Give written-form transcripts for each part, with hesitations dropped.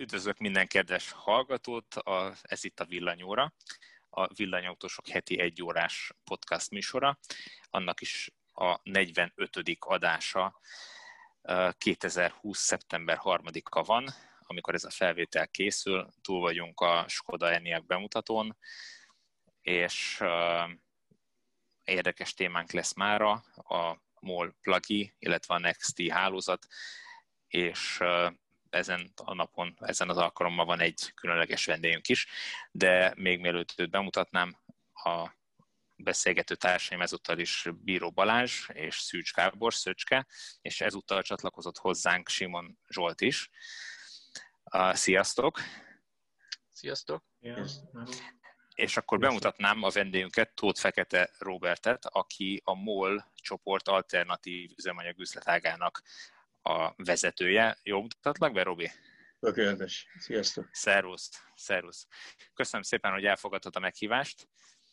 Üdvözlök minden kedves hallgatót, ez itt a Villanyóra, a Villanyautósok heti 1 órás podcast műsora, annak is a 45. adása 2020. szeptember 3-a van, amikor ez a felvétel készül, túl vagyunk a Skoda Enyaq bemutatón, és érdekes témánk lesz mára, a MOL Plug-i, illetve a Next-i hálózat, és ezen a napon, ezen az alkalommal van egy különleges vendégünk is, de még mielőtt őt bemutatnám, a beszélgető társaim ezúttal is Bíró Balázs és Szűcs Gábor, Szöcske, és ezúttal csatlakozott hozzánk Simon Zsolt is. Sziasztok! Sziasztok! És akkor bemutatnám a vendégünket, Tóth Fekete Róbertet, aki a MOL csoport alternatív üzemanyag üzletágának a vezetője. Jól mutatlak be, Robi? Tökéletes. Sziasztok! Szervusz! Köszönöm szépen, hogy elfogadtad a meghívást,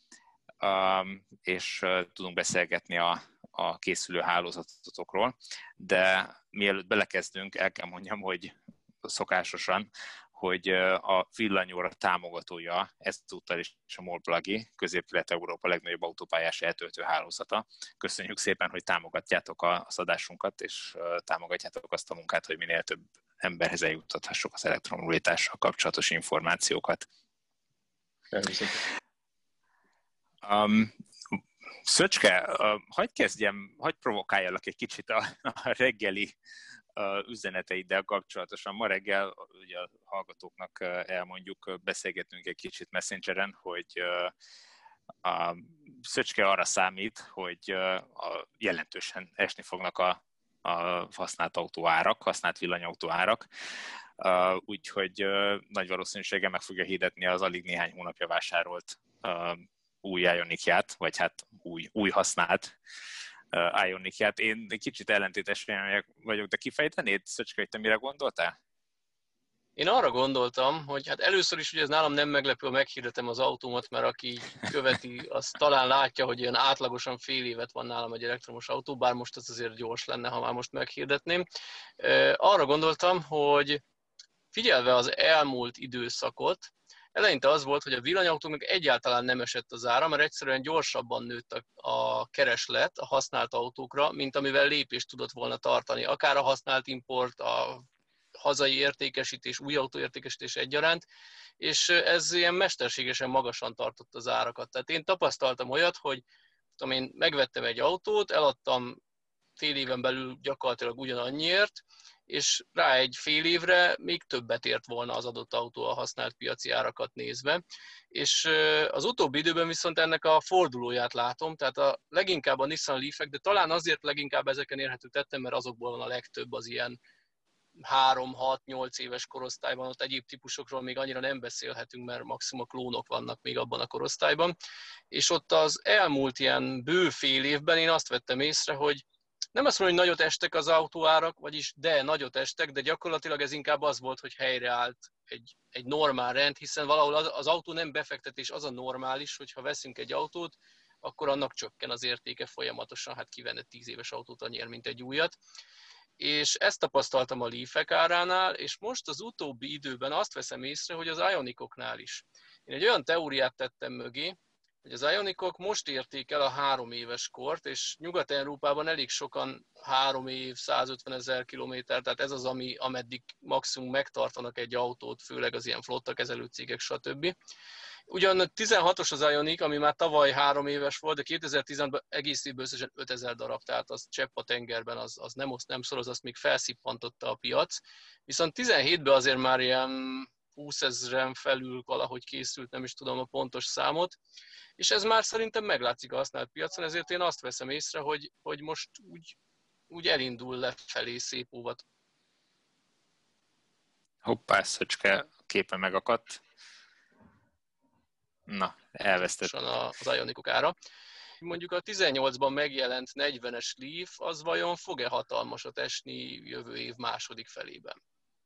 és tudunk beszélgetni a készülő hálózatokról, de mielőtt belekezdünk, el kell mondjam, hogy szokásosan, hogy a Villanyóra támogatója ezúttal is a MOL Plug-i, Közép-Kelet-Európa legnagyobb autópályás eltöltő hálózata. Köszönjük szépen, hogy támogatjátok az adásunkat, és támogatjátok azt a munkát, hogy minél több emberhez eljuttathassuk az elektromobilitással kapcsolatos információkat. Szöcske, hadd provokáljalak egy kicsit a reggeli üzeneteiddel kapcsolatosan. Ma reggel ugye a hallgatóknak elmondjuk, beszélgetünk egy kicsit Messengeren, hogy a Szöcske arra számít, hogy jelentősen esni fognak a használt autóárak, használt villanyautóárak, úgyhogy nagy valószínűséggel meg fogja hirdetni az alig néhány hónapja vásárolt új Ionicját, vagy hát új használt Ionicját. Én egy kicsit ellentétes vagyok, de kifejtenéd, Szöcske, hogy te mire gondoltál? Én arra gondoltam, hogy hát először is ugye ez nálam nem meglepő, meghirdetem az autómat, mert aki követi, az talán látja, hogy ilyen átlagosan fél évet van nálam egy elektromos autó, bár most ez azért gyors lenne, ha már most meghirdetném. Arra gondoltam, hogy figyelve az elmúlt időszakot, eleinte az volt, hogy a villanyautóknak egyáltalán nem esett az ára, mert egyszerűen gyorsabban nőtt a kereslet a használt autókra, mint amivel lépést tudott volna tartani. Akár a használt import, a hazai értékesítés, új autóértékesítés egyaránt, és ez ilyen mesterségesen magasan tartott az árakat. Tehát én tapasztaltam olyat, hogy én megvettem egy autót, eladtam fél éven belül gyakorlatilag ugyanannyiért, és rá egy fél évre még többet ért volna az adott autó a használt piaci árakat nézve. És az utóbbi időben viszont ennek a fordulóját látom, tehát leginkább a Nissan Leaf-ek, de talán azért leginkább ezeken érhető tettem, mert azokból van a legtöbb az ilyen 3-6-8 éves korosztályban, ott egyéb típusokról még annyira nem beszélhetünk, mert maximum a klónok vannak még abban a korosztályban. És ott az elmúlt ilyen bő fél évben én azt vettem észre, hogy nem azt mondom, hogy nagyot estek az autóárak, vagyis nagyot estek, de gyakorlatilag ez inkább az volt, hogy helyreállt egy normál rend, hiszen valahol az autó nem befektetés, az a normális, hogyha veszünk egy autót, akkor annak csökken az értéke folyamatosan, hát kivenne 10 éves autót annyiért, mint egy újat. És ezt tapasztaltam a Leaf-ek áránál, és most az utóbbi időben azt veszem észre, hogy az Ionicoknál is. Én egy olyan teóriát tettem mögé, hogy az Ionicok most érték el a 3 éves kort, és Nyugat-Európában elég sokan 3 év, 150 000 kilométer, tehát ez az, ameddig maximum megtartanak egy autót, főleg az ilyen flotta kezelő cégek, stb. Ugyan 16-os az Ioniq, ami már tavaly 3 éves volt, de 2010-ben egész évben összesen 5000 darab, tehát az csepp a tengerben, az nem szoroz, azt még felszippantotta a piac. Viszont 17-ben azért már ilyen 20 000-en felül valahogy készült, nem is tudom a pontos számot, és ez már szerintem meglátszik a használt piacon, ezért én azt veszem észre, hogy most úgy elindul lefelé szép óvat. Hoppá, Szöcske, képen megakadt. Na, elvesztett. Az Ionicok ára. Mondjuk a 18-ban megjelent 40-es Leaf, az vajon fog-e hatalmasat esni jövő év második felében?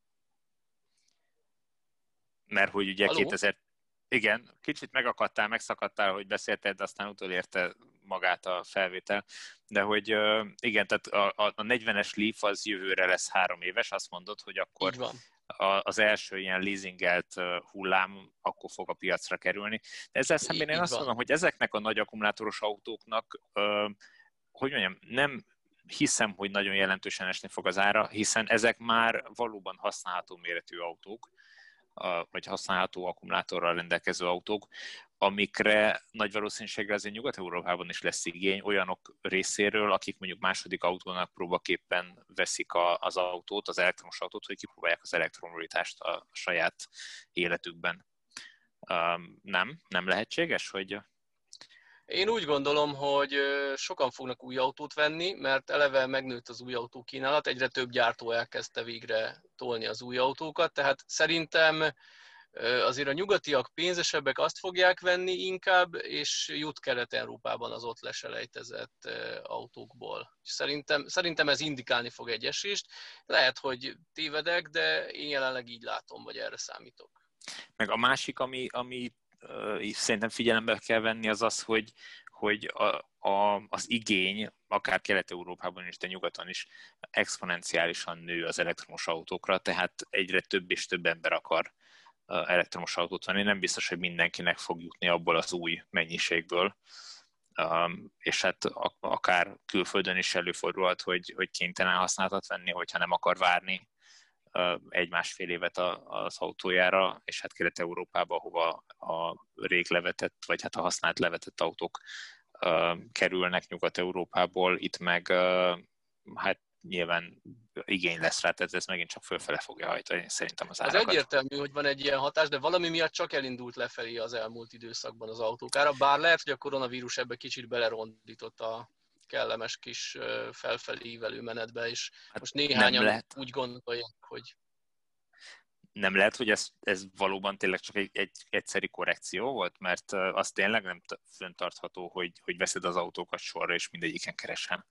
Mert hogy ugye 2000... Igen, kicsit megakadtál, megszakadtál, hogy beszélted, de aztán utolérte magát a felvétel. De hogy igen, tehát a 40-es Leaf az jövőre lesz 3 éves, azt mondod, hogy akkor az első ilyen leasingelt hullám akkor fog a piacra kerülni. De ezzel szemben én azt mondom, hogy ezeknek a nagy akkumulátoros autóknak, hogy mondjam, nem hiszem, hogy nagyon jelentősen esni fog az ára, hiszen ezek már valóban használható méretű autók, vagy használható akkumulátorral rendelkező autók, amikre nagy valószínűséggel azért Nyugat-Európában is lesz igény olyanok részéről, akik mondjuk második autónak próbaképpen veszik az autót, az elektromos autót, hogy kipróbálják az elektromobilitást a saját életükben. Nem lehetséges, hogy... Én úgy gondolom, hogy sokan fognak új autót venni, mert eleve megnőtt az új autó kínálat, egyre több gyártó elkezdte végre tolni az új autókat, tehát szerintem azért a nyugatiak pénzesebbek azt fogják venni inkább, és jut Kelet-Európában az ott leselejtezett autókból. Szerintem ez indikálni fog egy esést. Lehet, hogy tévedek, de én jelenleg így látom, vagy erre számítok. Meg a másik, ami szerintem figyelembe kell venni, az az, hogy az igény, akár Kelet-Európában is, de nyugaton is exponenciálisan nő az elektromos autókra, tehát egyre több és több ember akar elektromos autót venni. Nem biztos, hogy mindenkinek fog jutni abból az új mennyiségből, és hát akár külföldön is előfordulhat, hogy kénytelen használatot venni, hogyha nem akar várni egy-másfél évet az autójára, és hát Kelet-Európában, hova a rég levetett, vagy hát a használt levetett autók kerülnek Nyugat-Európából, itt meg hát nyilván igény lesz rá, tehát ez megint csak fölfele fogja hajtani szerintem az árakat. Az egyértelmű, hogy van egy ilyen hatás, de valami miatt csak elindult lefelé az elmúlt időszakban az autókára, bár lehet, hogy a koronavírus ebbe kicsit belerondított a kellemes kis felfelé ívelő menetbe, és hát most néhányan úgy gondolják, hogy... Nem lehet, hogy ez valóban tényleg csak egy egyszeri korrekció volt, mert az tényleg nem fenntartható, hogy veszed az autókat sorra, és mindegyiken keresel.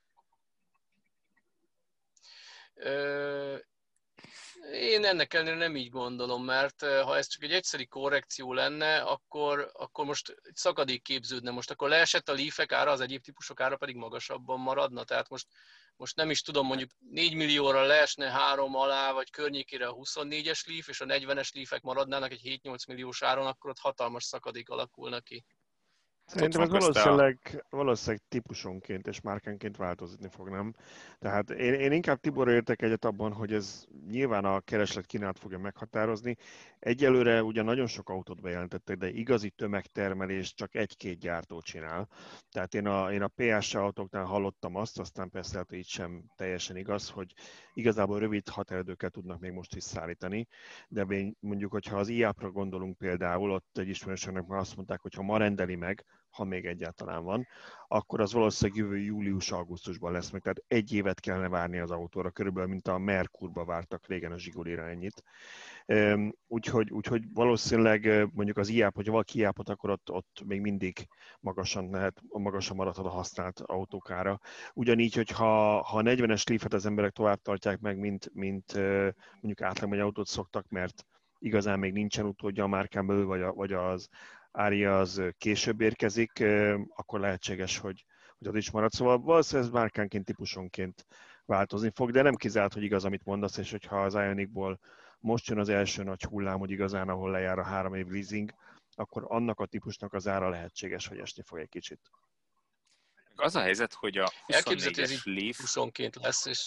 Én ennek ellenére nem így gondolom, mert ha ez csak egy egyszeri korrekció lenne, akkor most egy szakadék képződne. Most akkor leesett a Leafek ára, az egyéb típusok ára pedig magasabban maradna. Tehát most nem is tudom, mondjuk 4 millióra leesne 3 alá, vagy környékére a 24-es Leaf, és a 40-es Leafek maradnának egy 7-8 milliós áron, akkor ott hatalmas szakadék alakulna ki. Szerintem ez valószínűleg típusonként és márkánként változni fog, nem? Tehát én inkább Tiborra értek egyet abban, hogy ez nyilván a kereslet kínálat fogja meghatározni. Egyelőre ugyan nagyon sok autót bejelentettek, de igazi tömegtermelés csak egy-két gyártó csinál. Tehát én a PSA autóknál hallottam azt, aztán persze hát így sem teljesen igaz, hogy igazából rövid határidőkkel tudnak még most is szállítani, de mondjuk, hogyha az IAP-ra gondolunk például, ott egy ismerősöknek már azt mondták, hogy ha ma rendeli meg, ha még egyáltalán van, akkor az valószínűleg jövő július-augusztusban lesz meg. Tehát egy évet kellene várni az autóra, körülbelül, mint a Merkurba vártak régen a Zsigulira ennyit. Úgyhogy valószínűleg mondjuk az IAP, hogyha valaki IAP-ot, akkor ott még mindig magasan maradhat a használt autókára. Ugyanígy, hogyha a 40-es Leafet az emberek tovább tartják meg, mint mondjuk átlagban egy autót szoktak, mert igazán még nincsen utódja a márkán belül, vagy az Aria az később érkezik, akkor lehetséges, hogy az is marad. Szóval valószínűleg ez márkánként, típusonként változni fog, de nem kizárt, hogy igaz, amit mondasz, és hogyha az Ionicból most jön az első nagy hullám, hogy igazán, ahol lejár a 3 év leasing, akkor annak a típusnak az ára lehetséges, hogy esni fog egy kicsit. Az a helyzet, hogy a 24-es Leaf... Típusonként lesz, és...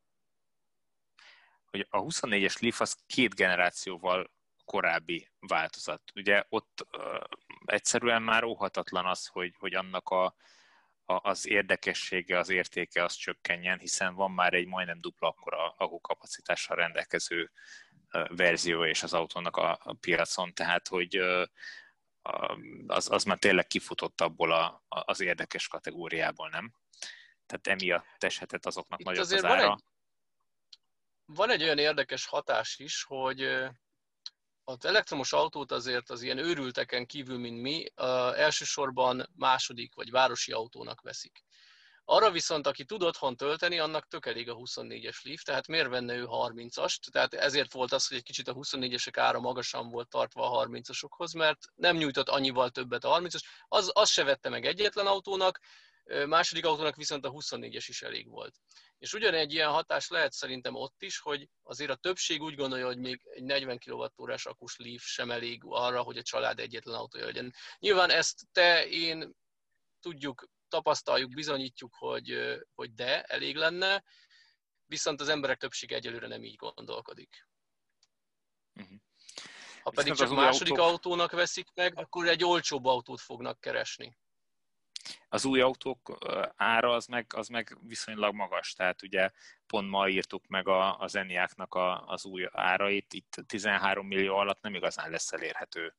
hogy a 24-es Leaf az 2 generációval korábbi változat. Ugye ott egyszerűen már óhatatlan az, hogy annak az érdekessége, az értéke az csökkenjen, hiszen van már egy majdnem dupla akkora akkukapacitással rendelkező verzió és az autónak a piacon, tehát hogy az már tényleg kifutott abból az érdekes kategóriából, nem? Tehát emiatt eshetett azoknak nagyobb az ára. Van egy olyan érdekes hatás is, hogy az elektromos autót azért az ilyen őrülteken kívül, mint mi, elsősorban második vagy városi autónak veszik. Arra viszont, aki tud otthon tölteni, annak tök elég a 24-es Leaf, tehát miért venne ő 30-ast? Tehát ezért volt az, hogy egy kicsit a 24-esek ára magasan volt tartva a 30-asokhoz, mert nem nyújtott annyival többet a 30-as. Az se vette meg egyetlen autónak, második autónak viszont a 24-es is elég volt. És ugyanegy ilyen hatás lehet szerintem ott is, hogy azért a többség úgy gondolja, hogy még egy 40 kWh-s akus Leaf sem elég arra, hogy a család egyetlen autója legyen. Nyilván ezt én tudjuk, tapasztaljuk, bizonyítjuk, hogy de, elég lenne, viszont az emberek többsége egyelőre nem így gondolkodik. Ha pedig csak második autónak veszik meg, akkor egy olcsóbb autót fognak keresni. Az új autók ára az meg viszonylag magas, tehát ugye pont ma írtuk meg az Enyaqnak az új árait, itt 13 millió alatt nem igazán lesz elérhető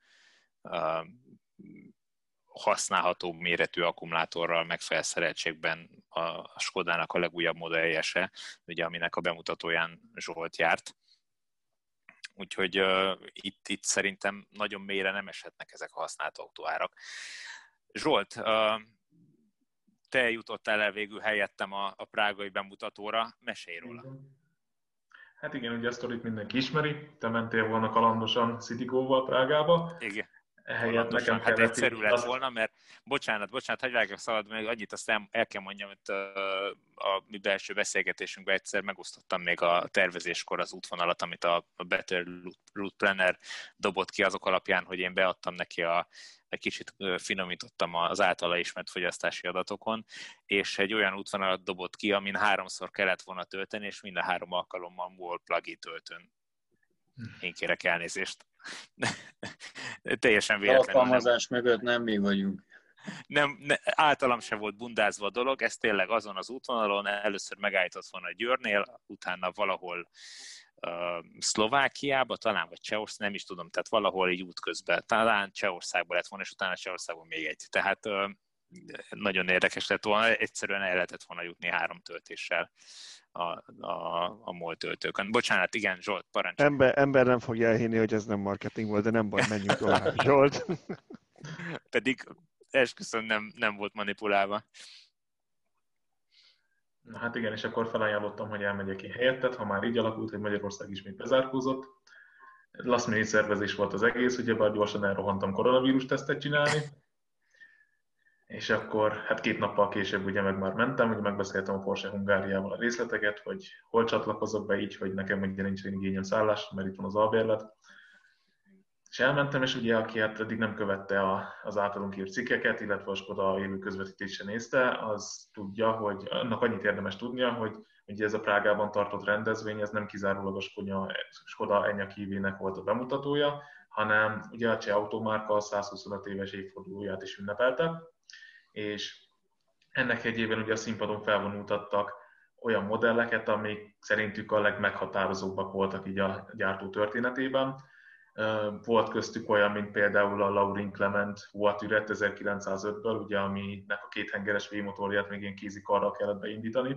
használható méretű akkumulátorral, meg felszereltségben a Skodának a legújabb modellje, ugye, aminek a bemutatóján Zsolt járt. Úgyhogy itt szerintem nagyon mélyre nem eshetnek ezek a használt autóárak. Zsolt, te jutottál el végül helyettem a prágai bemutatóra, mesélj róla. Hát igen, ugye a sztorit mindenki ismeri, te mentél volna kalandosan Citygo-val Prágába. Igen. Ehelyett nekem hát egyszerű lett volna, mert bocsánat, hogy vágok szabad, még annyit azt el kell mondjam, hogy a mi belső beszélgetésünkben egyszer megosztottam még a tervezéskor az útvonalat, amit a Better Route Planner dobott ki azok alapján, hogy én beadtam neki egy kicsit finomítottam az általa ismert fogyasztási adatokon, és egy olyan útvonalat dobott ki, amin 3-szor kellett volna tölteni, és mind a 3 alkalommal MOL plug-in töltőn. Én kérek elnézést. Teljesen véletlenül. Alkalmazás mögött nem mi vagyunk. Általam se volt bundázva a dolog, ez tényleg azon az útvonalon, először megállított volna Győrnél, utána valahol Szlovákiába, talán vagy Csehország, nem is tudom, tehát valahol így útközben, talán Csehországban lett volna, és utána Csehországban még egy. Tehát nagyon érdekes lett volna, egyszerűen el lehetett volna jutni 3 töltéssel a MOL töltőkön. Bocsánat, igen, Zsolt, parancsolj. Ember nem fogja elhinni, hogy ez nem marketing volt, de nem baj, menjünk tovább, Zsolt. Pedig esküszöm nem volt manipulálva. Na hát igen, és akkor felajánlottam, hogy elmegyek én helyettet, ha már így alakult, hogy Magyarország ismét bezárkózott. Last minute szervezés volt az egész, ugyebár gyorsan elrohantam koronavírus tesztet csinálni. És akkor hát 2 nappal később ugye meg már mentem, ugye megbeszéltem a Porsche Hungáriával a részleteket, hogy hol csatlakozok be így, hogy nekem ugye nincsen igényem szállásra, mert itt van az albérlet. És elmentem, és ugye aki hát eddig nem követte az általunk írt cikkeket, illetve a Skoda élő közvetítése nézte, az tudja, hogy annak annyit érdemes tudnia, hogy ugye ez a Prágában tartott rendezvény, ez nem kizárólag a Skoda Enyaq EV-nek volt a bemutatója, hanem ugye a cseh automárka a 125 éves évfordulóját is ünnepelte, és ennek egyében ugye a színpadon felvonultattak olyan modelleket, amik szerintük a legmeghatározóbbak voltak így a gyártó történetében. Volt köztük olyan, mint például a Laurin Clement Voiture 1905-ből, ugye, aminek a 2 hengeres V-motorját még ilyen kézikarral kellett beindítani.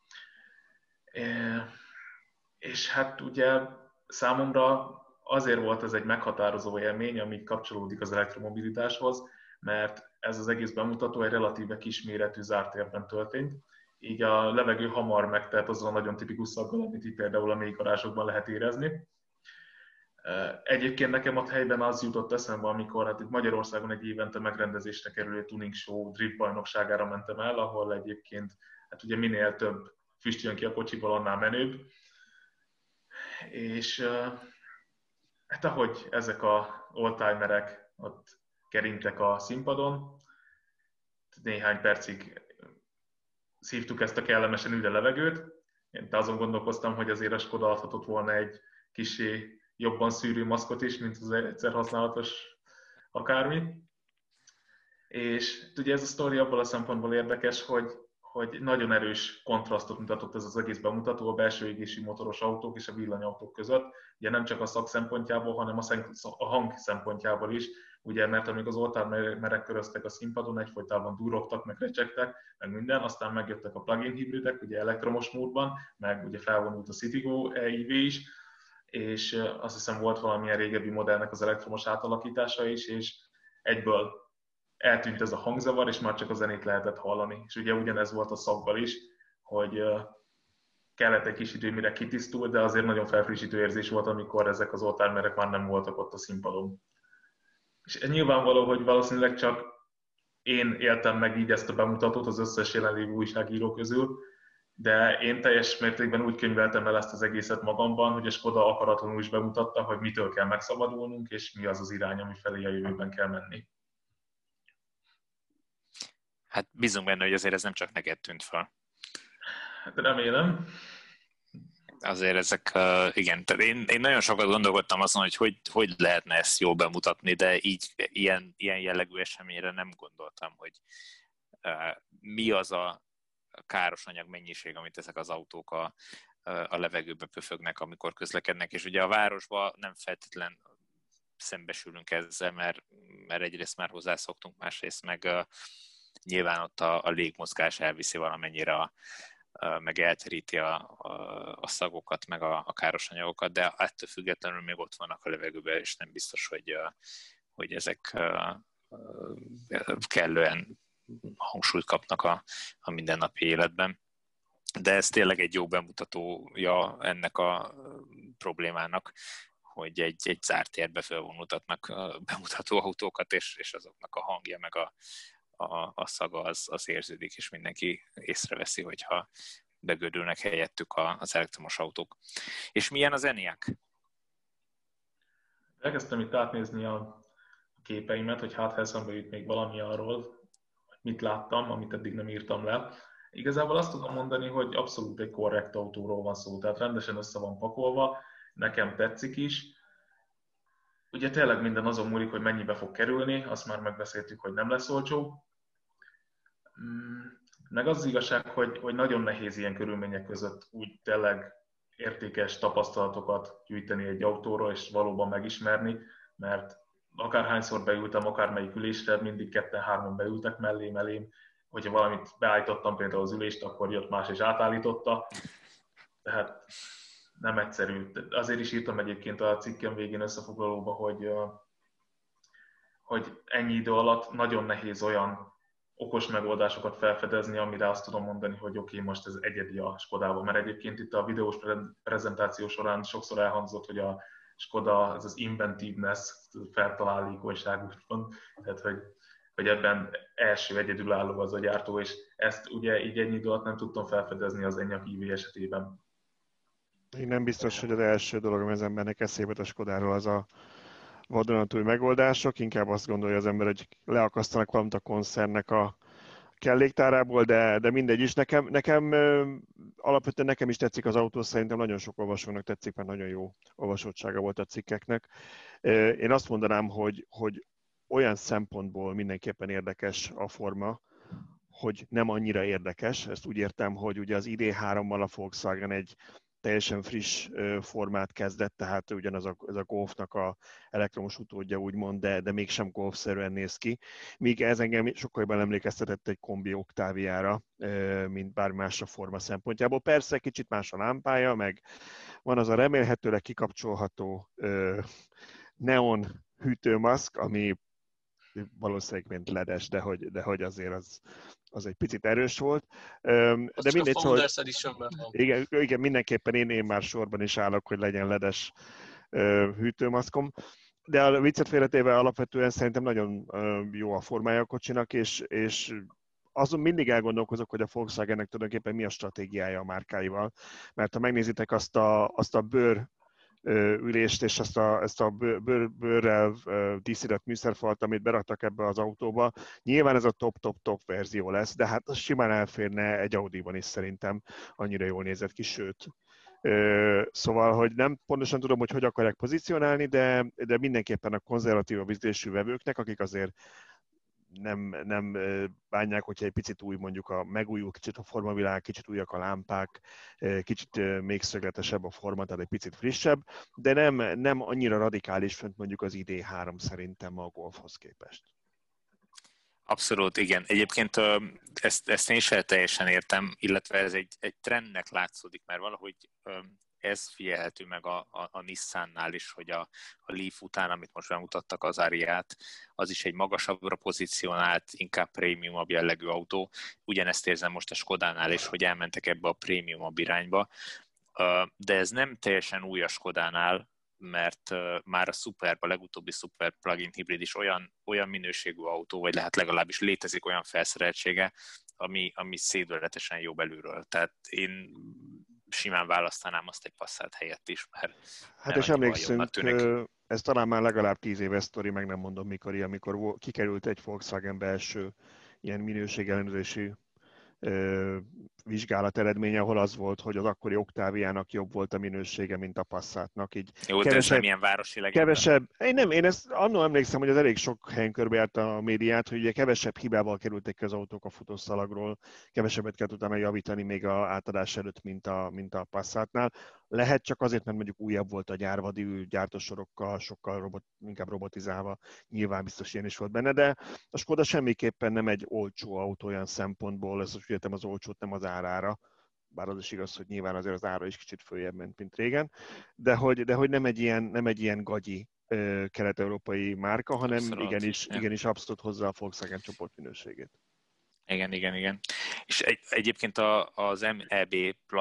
És hát ugye számomra azért volt ez egy meghatározó élmény, ami kapcsolódik az elektromobilitáshoz, mert ez az egész bemutató egy relatíve kisméretű zárt térben történt, így a levegő hamar megtelt azzal a nagyon tipikus szaggal, amit itt például a mélygarázsokban lehet érezni. Egyébként nekem ott helyben az jutott eszembe, amikor hát itt Magyarországon egy évente megrendezésre kerülő tuning show drift bajnokságára mentem el, ahol egyébként hát ugye minél több füst jön ki a kocsiból, annál menőbb. És hát ahogy ezek a oldtimerek ott kerintek a színpadon, néhány percig szívtuk ezt a kellemesen üde levegőt. Én azon gondolkoztam, hogy azért a Skoda adhatott volna egy kissé jobban szűrő maszkot is, mint az egyszer használatos akármi. És ugye ez a sztori abból a szempontból érdekes, hogy nagyon erős kontrasztot mutatott ez az egész bemutató a belső égésű motoros autók és a villanyautók között. Ugye nem csak a szak szempontjából, hanem a hang szempontjából is. Ugye, mert amíg az oldtimerek köröztek a színpadon, egyfolytában durogtak, meg recsegtek, meg minden, aztán megjöttek a plug-in hibridek, ugye elektromos módban, meg ugye felvonult a Citigo EV is, és azt hiszem volt valamilyen régebbi modellnek az elektromos átalakítása is, és egyből eltűnt ez a hangzavar, és már csak a zenét lehetett hallani. És ugye ugyanez volt a szaggal is, hogy kellett egy kis idő, mire kitisztult, de azért nagyon felfrissítő érzés volt, amikor ezek az oldtimerek már nem voltak ott a színpadon. És nyilvánvaló, hogy valószínűleg csak én éltem meg így ezt a bemutatót az összes jelenlévő újságíró közül, de én teljes mértékben úgy könyveltem el ezt az egészet magamban, hogy a Skoda akaratlanul is bemutatta, hogy mitől kell megszabadulnunk, és mi az az irány, ami felé a jövőben kell menni. Hát bízunk benne, hogy azért ez nem csak neked tűnt fel. Hát remélem. Azért ezek, igen, tehát én nagyon sokat gondolkodtam azon, hogy lehetne ezt jól bemutatni, de így ilyen jellegű eseményre nem gondoltam, hogy mi az a káros anyag mennyiség, amit ezek az autók a levegőbe pöfögnek, amikor közlekednek, és ugye a városban nem feltétlen szembesülünk ezzel, mert egyrészt már hozzászoktunk, másrészt meg nyilván ott a légmozgás elviszi valamennyire meg elteríti a szagokat, meg a káros anyagokat, de ettől függetlenül még ott vannak a levegőben, és nem biztos, hogy ezek kellően hangsúlyt kapnak a mindennapi életben. De ez tényleg egy jó bemutatója ennek a problémának, hogy egy zárt térbe felvonultatnak bemutató autókat, és azoknak a hangja, meg a szaga az érződik, és mindenki észreveszi, hogyha begördülnek helyettük az elektromos autók. És milyen az ENIAC? Elkezdtem itt átnézni a képeimet, hogy hát eszembe jut még valami arról, mit láttam, amit eddig nem írtam le. Igazából azt tudom mondani, hogy abszolút egy korrekt autóról van szó, tehát rendesen össze van pakolva, nekem tetszik is. Ugye tényleg minden azon múlik, hogy mennyibe fog kerülni, azt már megbeszéltük, hogy nem lesz olcsó. Meg az igazság, hogy nagyon nehéz ilyen körülmények között úgy tényleg értékes tapasztalatokat gyűjteni egy autóról, és valóban megismerni, mert akárhányszor beültem, akármelyik ülésre, mindig 2-3 beültek mellém, hogyha valamit beállítottam, például az ülést, akkor jött más és átállította. Tehát nem egyszerű. Azért is írtam egyébként a cikkem végén összefoglalóba, hogy ennyi idő alatt nagyon nehéz olyan okos megoldásokat felfedezni, amire azt tudom mondani, hogy oké, most ez egyedi a Skodában. Mert egyébként itt a videós prezentáció során sokszor elhangzott, hogy a Skoda, ez az inventiveness, feltalálékonyság, úgymond, tehát hogy ebben első egyedülálló az a gyártó, és ezt ugye így ennyi idő alatt nem tudtam felfedezni az ENIAC EV esetében. Én nem biztos, hogy az első dolog, ami az embernek eszébe a Skodáról, az a vadonatúj megoldások, inkább azt gondolja az ember, hogy leakasztanak valamit a koncernnek a kelléktárából, de mindegy is. Alapvetően nekem is tetszik az autó, szerintem nagyon sok olvasónak tetszik, mert nagyon jó olvasottsága volt a cikkeknek. Én azt mondanám, hogy olyan szempontból mindenképpen érdekes a forma, hogy nem annyira érdekes. Ezt úgy értem, hogy ugye az ID3-mal a Volkswagen egy teljesen friss formát kezdett, tehát ugyanaz ez a Golfnak a elektromos utódja úgymond, de mégsem Golf-szerűen néz ki. Míg ez engem sokkal jobban emlékeztetett egy kombi Octaviára, mint bármi más a forma szempontjából. Persze kicsit más a lámpája, meg van az a remélhetőleg kikapcsolható neon hűtőmaszk, ami valószínűleg mint ledes, de hogy azért az egy picit erős volt. De mindegy, szóval, igen, mindenképpen én már sorban is állok, hogy legyen ledes hűtőmaszkom. De a viccet félretéve alapvetően szerintem nagyon jó a formája a kocsinak, és azon mindig elgondolkozok, hogy a Volkswagennek tulajdonképpen mi a stratégiája a márkáival. Mert ha megnézitek azt a bőr ülést és ezt a bőrrel díszített műszerfalt, amit beraktak ebbe az autóba. Nyilván ez a top verzió lesz, de hát az simán elférne egy Audiban is szerintem, annyira jól nézett ki, sőt. Szóval, hogy nem pontosan tudom, hogy akarják pozícionálni, de mindenképpen a konzervatívabb ízlésű vevőknek, akik azért nem bánják, hogyha egy picit új, mondjuk megújul kicsit a formavilág, kicsit újak a lámpák, kicsit még szögletesebb a forma, tehát egy picit frissebb, de nem annyira radikális, mint mondjuk az ID3 szerintem a Golfhoz képest. Abszolút, igen. Egyébként ezt én is teljesen értem, illetve ez egy trendnek látszódik, mert valahogy ez figyelhető meg a Nissannál is, hogy a Leaf után, amit most bemutattak, az Ariát, az is egy magasabbra pozícionált, inkább prémiumabb jellegű autó. Ugyanezt érzem most a Skodánál is, hogy elmentek ebbe a prémiumabb irányba, de ez nem teljesen új a Skodánál, mert már a legutóbbi Super plug-in hibrid is olyan minőségű autó, vagy lehet legalábbis létezik olyan felszereltsége, ami szédületesen jó belülről. Tehát én simán választanám azt egy Passat helyett is, mert hát és emlékszünk, ez talán már legalább 10 éves sztori, meg nem mondom mikor, amikor kikerült egy Volkswagen belső ilyen minőségellenőrzési vizsgálat eredménye, ahol az volt, hogy az akkori Octaviának jobb volt a minősége, mint a Passatnak. Így jó, de ez nem ilyen városi legenda. Kevesebb, én ezt annól emlékszem, hogy az elég sok helyen körbejárta a médiát, hogy ugye kevesebb hibával kerültek ki az autók a futószalagról, kevesebbet kell utána javítani még az átadás előtt, mint a Passatnál. Lehet csak azért, mert mondjuk újabb volt a gyárvadi gyártósorokkal, sokkal inkább robotizálva, nyilván biztos ilyen is volt benne, de a Skoda semmiképpen nem egy olcsó autó olyan szempontból, ezt most értem az olcsót nem az árára, bár az is igaz, hogy nyilván azért az ára is kicsit följebb ment, mint régen, de hogy nem egy ilyen gagyi kelet-európai márka, hanem abszolút, igenis abszolút hozzá a Volkswagen csoport minőségét. Igen. És egyébként az MEB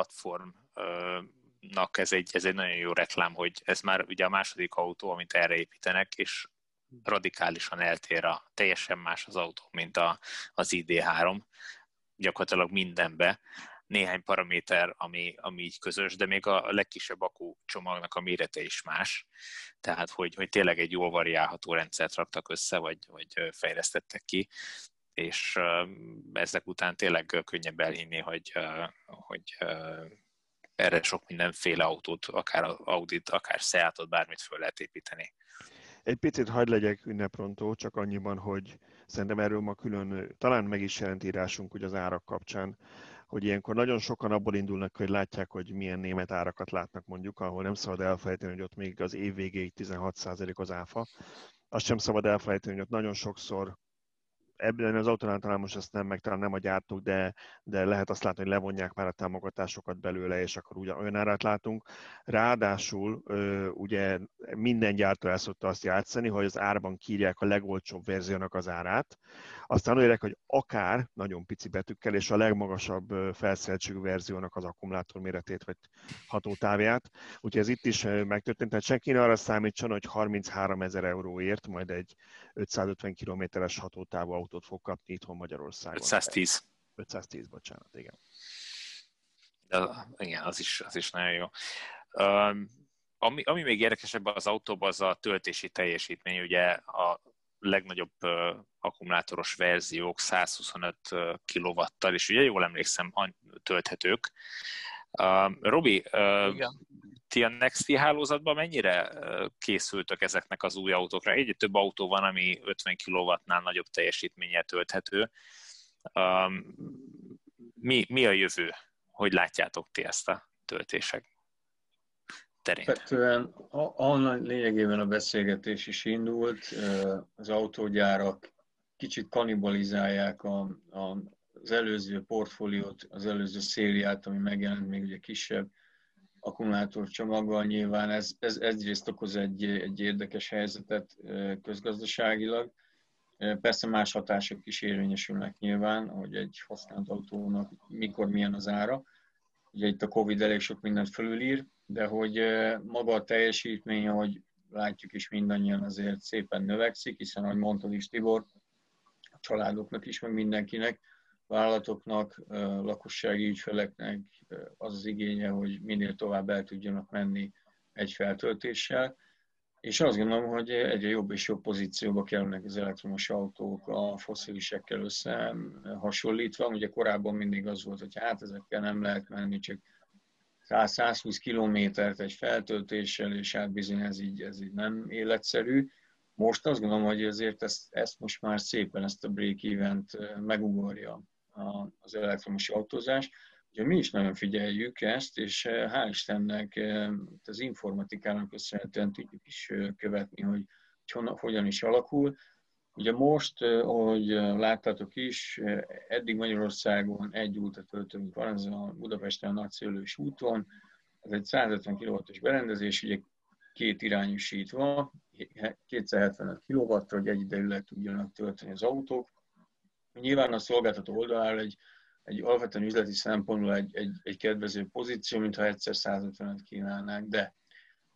platformnak ez egy nagyon jó reklám, hogy ez már ugye a második autó, amit erre építenek, és radikálisan eltér teljesen más az autó, mint az ID3, gyakorlatilag mindenbe. Néhány paraméter, ami így közös, de még a legkisebb akkucsomagnak a mérete is más. Tehát, hogy tényleg egy jól variálható rendszert raktak össze, vagy fejlesztettek ki, és ezek után tényleg könnyebb elhinni, hogy erre sok mindenféle autót, akár Audit, akár Seatot, bármit föl lehet építeni. Egy picit hagyd legyek ünneprontó, csak annyiban, hogy szerintem erről ma külön, talán meg is jelent írásunk ugye az árak kapcsán, hogy ilyenkor nagyon sokan abból indulnak, hogy látják, hogy milyen német árakat látnak mondjuk, ahol nem szabad elfelejteni, hogy ott még az év végéig 16% az áfa. Azt sem szabad elfelejteni, hogy ott nagyon sokszor, ebben az autónál talán most ezt nem, meg talán nem a gyártók, de lehet azt látni, hogy levonják már a támogatásokat belőle, és akkor olyan árat látunk. Ráadásul ugye minden gyártó el szokta azt játszani, hogy az árban kírják a legolcsóbb verziónak az árát, aztán olyarek, hogy akár nagyon pici betűkkel, és a legmagasabb felszereltségű verziónak az akkumulátor méretét, vagy hatótávját. Úgyhogy ez itt is megtörtént, tehát senki ne arra számítson, hogy 33 000 euróért majd egy 550 kilométeres hatótávú autót fog kapni itthon Magyarországon. 510. 510, bocsánat, igen. De, igen, az is nagyon jó. Ami még érdekesebb az autóban, az a töltési teljesítmény. Ugye a legnagyobb akkumulátoros verziók 125 kW-tal, és ugye jól emlékszem, tölthetők. Robi, ti a Nexti hálózatban mennyire készültök ezeknek az új autókra? Egyre több autó van, ami 50 kW-nál nagyobb teljesítménnyel tölthető. Mi a jövő? Hogy látjátok ti ezt a töltések terén? Alapvetően lényegében a beszélgetés is indult, az autógyárak kicsit kannibalizálják az előző portfóliót, az előző szériát, ami megjelent még ugye kisebb akkumulátorcsomaggal. Nyilván ez egyrészt okoz egy érdekes helyzetet közgazdaságilag. Persze más hatások is érvényesülnek nyilván, hogy egy használt autónak mikor milyen az ára. Ugye itt a Covid elég sok mindent fölülír, de hogy maga a teljesítmény, ahogy látjuk is mindannyian, azért szépen növekszik, hiszen ahogy mondtad is, Tibor, a családoknak is, meg mindenkinek, vállalatoknak, lakossági ügyfeleknek az igénye, hogy minél tovább el tudjanak menni egy feltöltéssel. És azt gondolom, hogy egyre jobb és jobb pozícióba kerülnek az elektromos autók a fosszilisekkel összehasonlítva. Ugye korábban mindig az volt, hogy hát ezekkel nem lehet menni, csak 100-120 kilométert egy feltöltéssel, és hát bizony ez így nem életszerű. Most azt gondolom, hogy azért ezt most már szépen, ezt a break-event megugorja az elektromos autózás. Ugye mi is nagyon figyeljük ezt, és hál' Istennek az informatikának köszönhetően tudjuk is követni, hogy hogyan is alakul. Ugye most, ahogy láttátok is, eddig Magyarországon egy ultratöltőnk van, ez a Budapesten a Nagyszőlős úton. Ez egy 150 kW-os berendezés, ugye két irányosítva, 275 kW-ra, hogy egyidejűleg tudjanak tölteni az autók. Nyilván a szolgáltató oldalára egy alapvetően üzleti szempontból egy kedvező pozíció, mintha egyszer 150-et kínálnák, de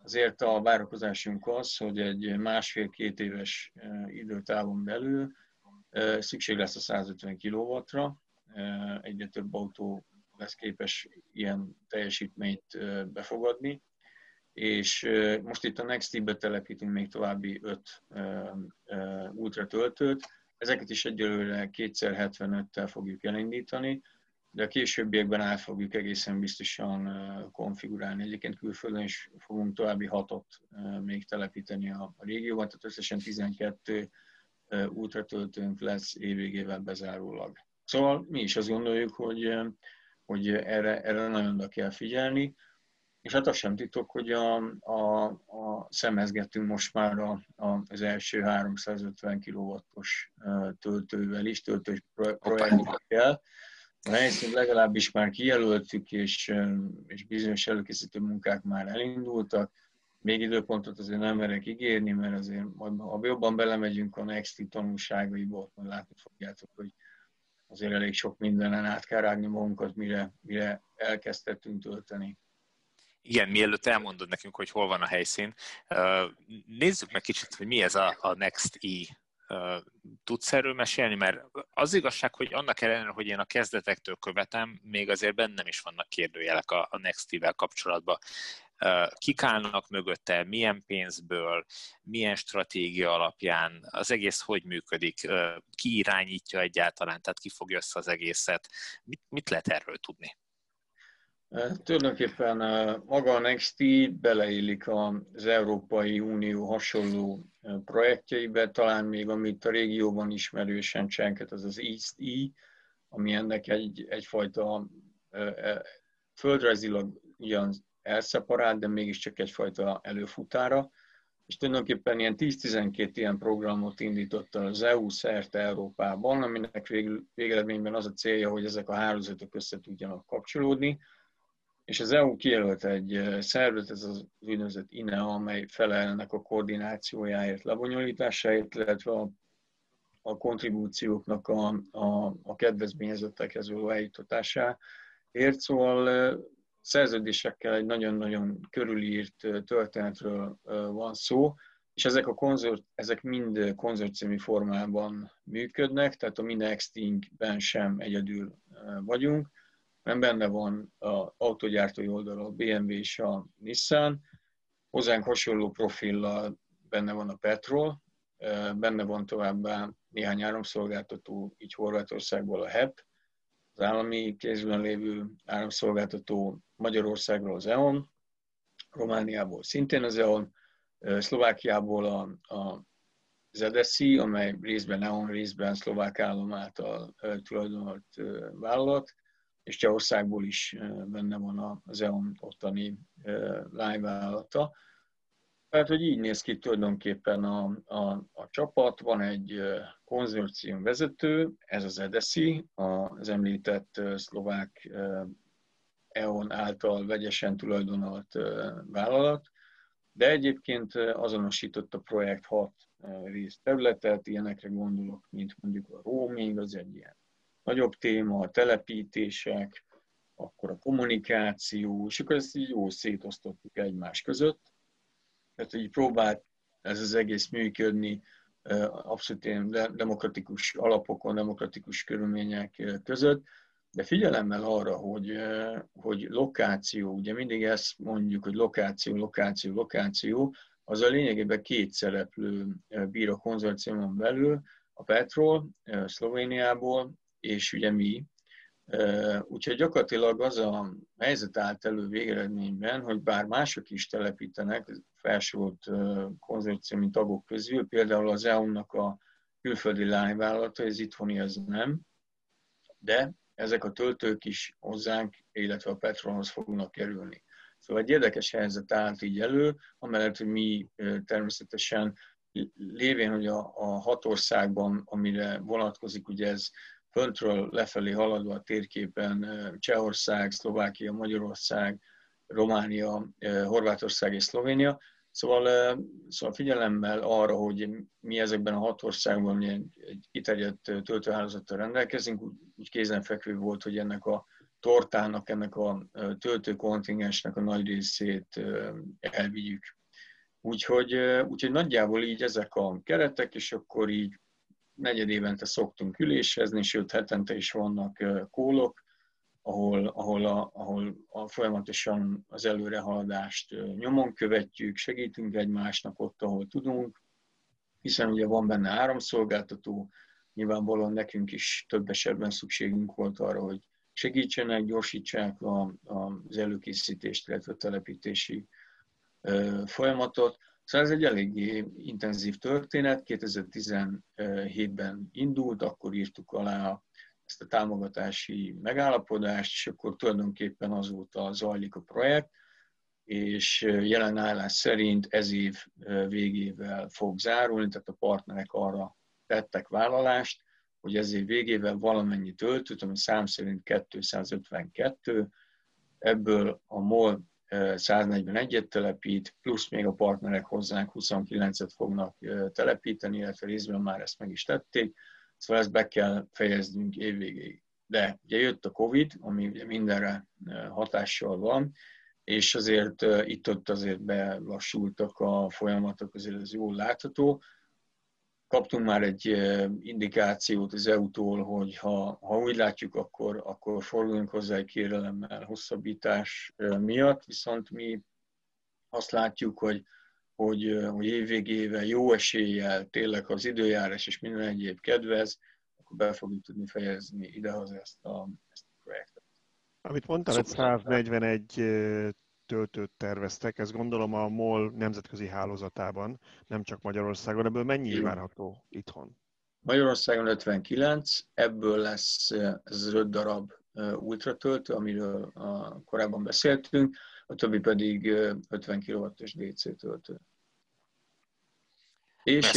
azért a várakozásunk az, hogy egy másfél-két éves időtávon belül szükség lesz a 150 kW-ra, egyre több autó lesz képes ilyen teljesítményt befogadni, és most itt a Nextee-be telepítünk még további 5 ultratöltőt, ezeket is egyelőre 2x75-tel fogjuk elindítani, de a későbbiekben át fogjuk egészen biztosan konfigurálni. Egyébként külföldön is fogunk további 6-ot még telepíteni a régióban, tehát összesen 12 ultratöltőnk lesz évvégével bezárólag. Szóval mi is azt gondoljuk, hogy erre nagyon oda kell figyelni, és hát azt sem titok, hogy szemezgettünk most már az első 350 kW-os töltővel is, töltős projektekkel. A helyszínt legalábbis már kijelöltük, és bizonyos előkészítő munkák már elindultak. Még időpontot azért nem merek ígérni, mert azért ha jobban belemegyünk a Nextee tanulságaiba, ott majd látni fogjátok, hogy azért elég sok mindenen át kell rágni magunkat, mire elkezdtettünk tölteni. Igen, mielőtt elmondod nekünk, hogy hol van a helyszín, nézzük meg kicsit, hogy mi ez a Nextee. Tudsz erről mesélni? Mert az igazság, hogy annak ellenére, hogy én a kezdetektől követem, még azért bennem is vannak kérdőjelek a Nextee-vel kapcsolatban. Kik állnak mögötte, milyen pénzből, milyen stratégia alapján, az egész hogy működik, ki irányítja egyáltalán, tehát ki fogja össze az egészet. Mit lehet erről tudni? Tulajdonképpen maga a Nextee beleillik az Európai Unió hasonló projektjeibe, talán még amit a régióban ismerősen csenket, az az East-E, ami ennek egyfajta földrajzilag ugyan elszeparált, de mégiscsak egyfajta előfutára. És tulajdonképpen ilyen 10-12 ilyen programot indított az EU szerte Európában, aminek végeredményben az a célja, hogy ezek a hálózatok össze tudjanak kapcsolódni. És az EU kijelölt egy szervet, ez az úgynevezett INEA, amely felel ennek a koordinációjáért, lebonyolításáért, illetve a kontribúcióknak a kedvezményezettekhez való eljuttatásáért. Szóval szerződésekkel egy nagyon-nagyon körülírt történetről van szó, és ezek mind konzorciumi formában működnek, tehát a mi Nextee-ben sem egyedül vagyunk, nem benne van az autógyártói oldalon a BMW és a Nissan, hozzánk hasonló profillal benne van a Petrol, benne van továbbá néhány áramszolgáltató, így Horvátországból a HEP, az állami kézben lévő áramszolgáltató, Magyarországról az E.ON, Romániából szintén az E.ON, Szlovákiából az EDESZI, amely részben E.ON, részben szlovák állam által tulajdonolt vállalat, és Csehországból is benne van az E.ON ottani lányvállalata. Tehát, hogy így néz ki tulajdonképpen a csapat, van egy konzorcium vezető, ez az EDESZI, az említett szlovák E.ON által vegyesen tulajdonolt vállalat, de egyébként azonosított a projekt 6 részterületet, ilyenekre gondolok, mint mondjuk a roaming, az egy ilyen nagyobb téma, a telepítések, akkor a kommunikáció, és akkor ezt így jól szétosztottuk egymás között. Tehát így próbált ez az egész működni abszolút ilyen demokratikus alapokon, demokratikus körülmények között, de figyelemmel arra, hogy lokáció, ugye mindig ezt mondjuk, hogy lokáció, az a lényegében 2 szereplő bír a konzorciumon belül, a Petrol Szlovéniából, és ugye mi. Úgyhogy gyakorlatilag az a helyzet állt elő végeredményben, hogy bár mások is telepítenek felsorolt konzorciumi tagok közül, például az EU-nak a külföldi lányvállalata, ez itthoni az nem, de ezek a töltők is hozzánk, illetve a Petrolhoz fognak kerülni. Szóval egy érdekes helyzet állt így elő, amellett, hogy mi természetesen lévén, hogy a 6 országban, amire vonatkozik, ugye ez föntről lefelé haladva a térképen Csehország, Szlovákia, Magyarország, Románia, Horvátország és Szlovénia. Szóval figyelemmel arra, hogy mi ezekben a 6 országban egy kiterjedt töltőhálózattal rendelkezünk, úgy kézenfekvő volt, hogy ennek a tortának, ennek a töltőkontingensnek a nagy részét elvigyük. Úgyhogy nagyjából így ezek a keretek, és akkor így negyedévente szoktunk ülésezni, sőt hetente is vannak kólok, ahol folyamatosan az előrehaladást nyomon követjük, segítünk egymásnak ott, ahol tudunk, hiszen ugye van benne áramszolgáltató, nyilvánvalóan nekünk is több esetben szükségünk volt arra, hogy segítsenek, gyorsítsák az előkészítést, illetve a telepítési folyamatot. Szóval ez egy eléggé intenzív történet, 2017-ben indult, akkor írtuk alá ezt a támogatási megállapodást, és akkor tulajdonképpen azóta zajlik a projekt, és jelen állás szerint ez év végével fog zárulni, tehát a partnerek arra tettek vállalást, hogy ez év végével valamennyi töltőt, ami szám szerint 252, ebből a MOL 141-et telepít, plusz még a partnerek hozzánk 29-et fognak telepíteni, illetve részben már ezt meg is tették, szóval ezt be kell fejeznünk évvégéig. De ugye jött a Covid, ami ugye mindenre hatással van, és azért itt-ott azért belassultak a folyamatok, azért ez jól látható. Kaptunk már egy indikációt az EU-tól, hogy ha úgy látjuk, akkor forduljunk hozzá egy kérelemmel hosszabbítás miatt, viszont mi azt látjuk, hogy évvégével jó eséllyel, tényleg az időjárás és minden egyéb kedvez, akkor be fogjuk tudni fejezni idehaza ezt a projektet. Amit mondtál, hogy 141 töltőt terveztek, ez gondolom a MOL nemzetközi hálózatában, nem csak Magyarországon. Ebből mennyi várható itthon? Magyarországon 59, ebből lesz ez 5 darab ultratöltő, amiről korábban beszéltünk, a többi pedig 50 kW-os DC töltő. És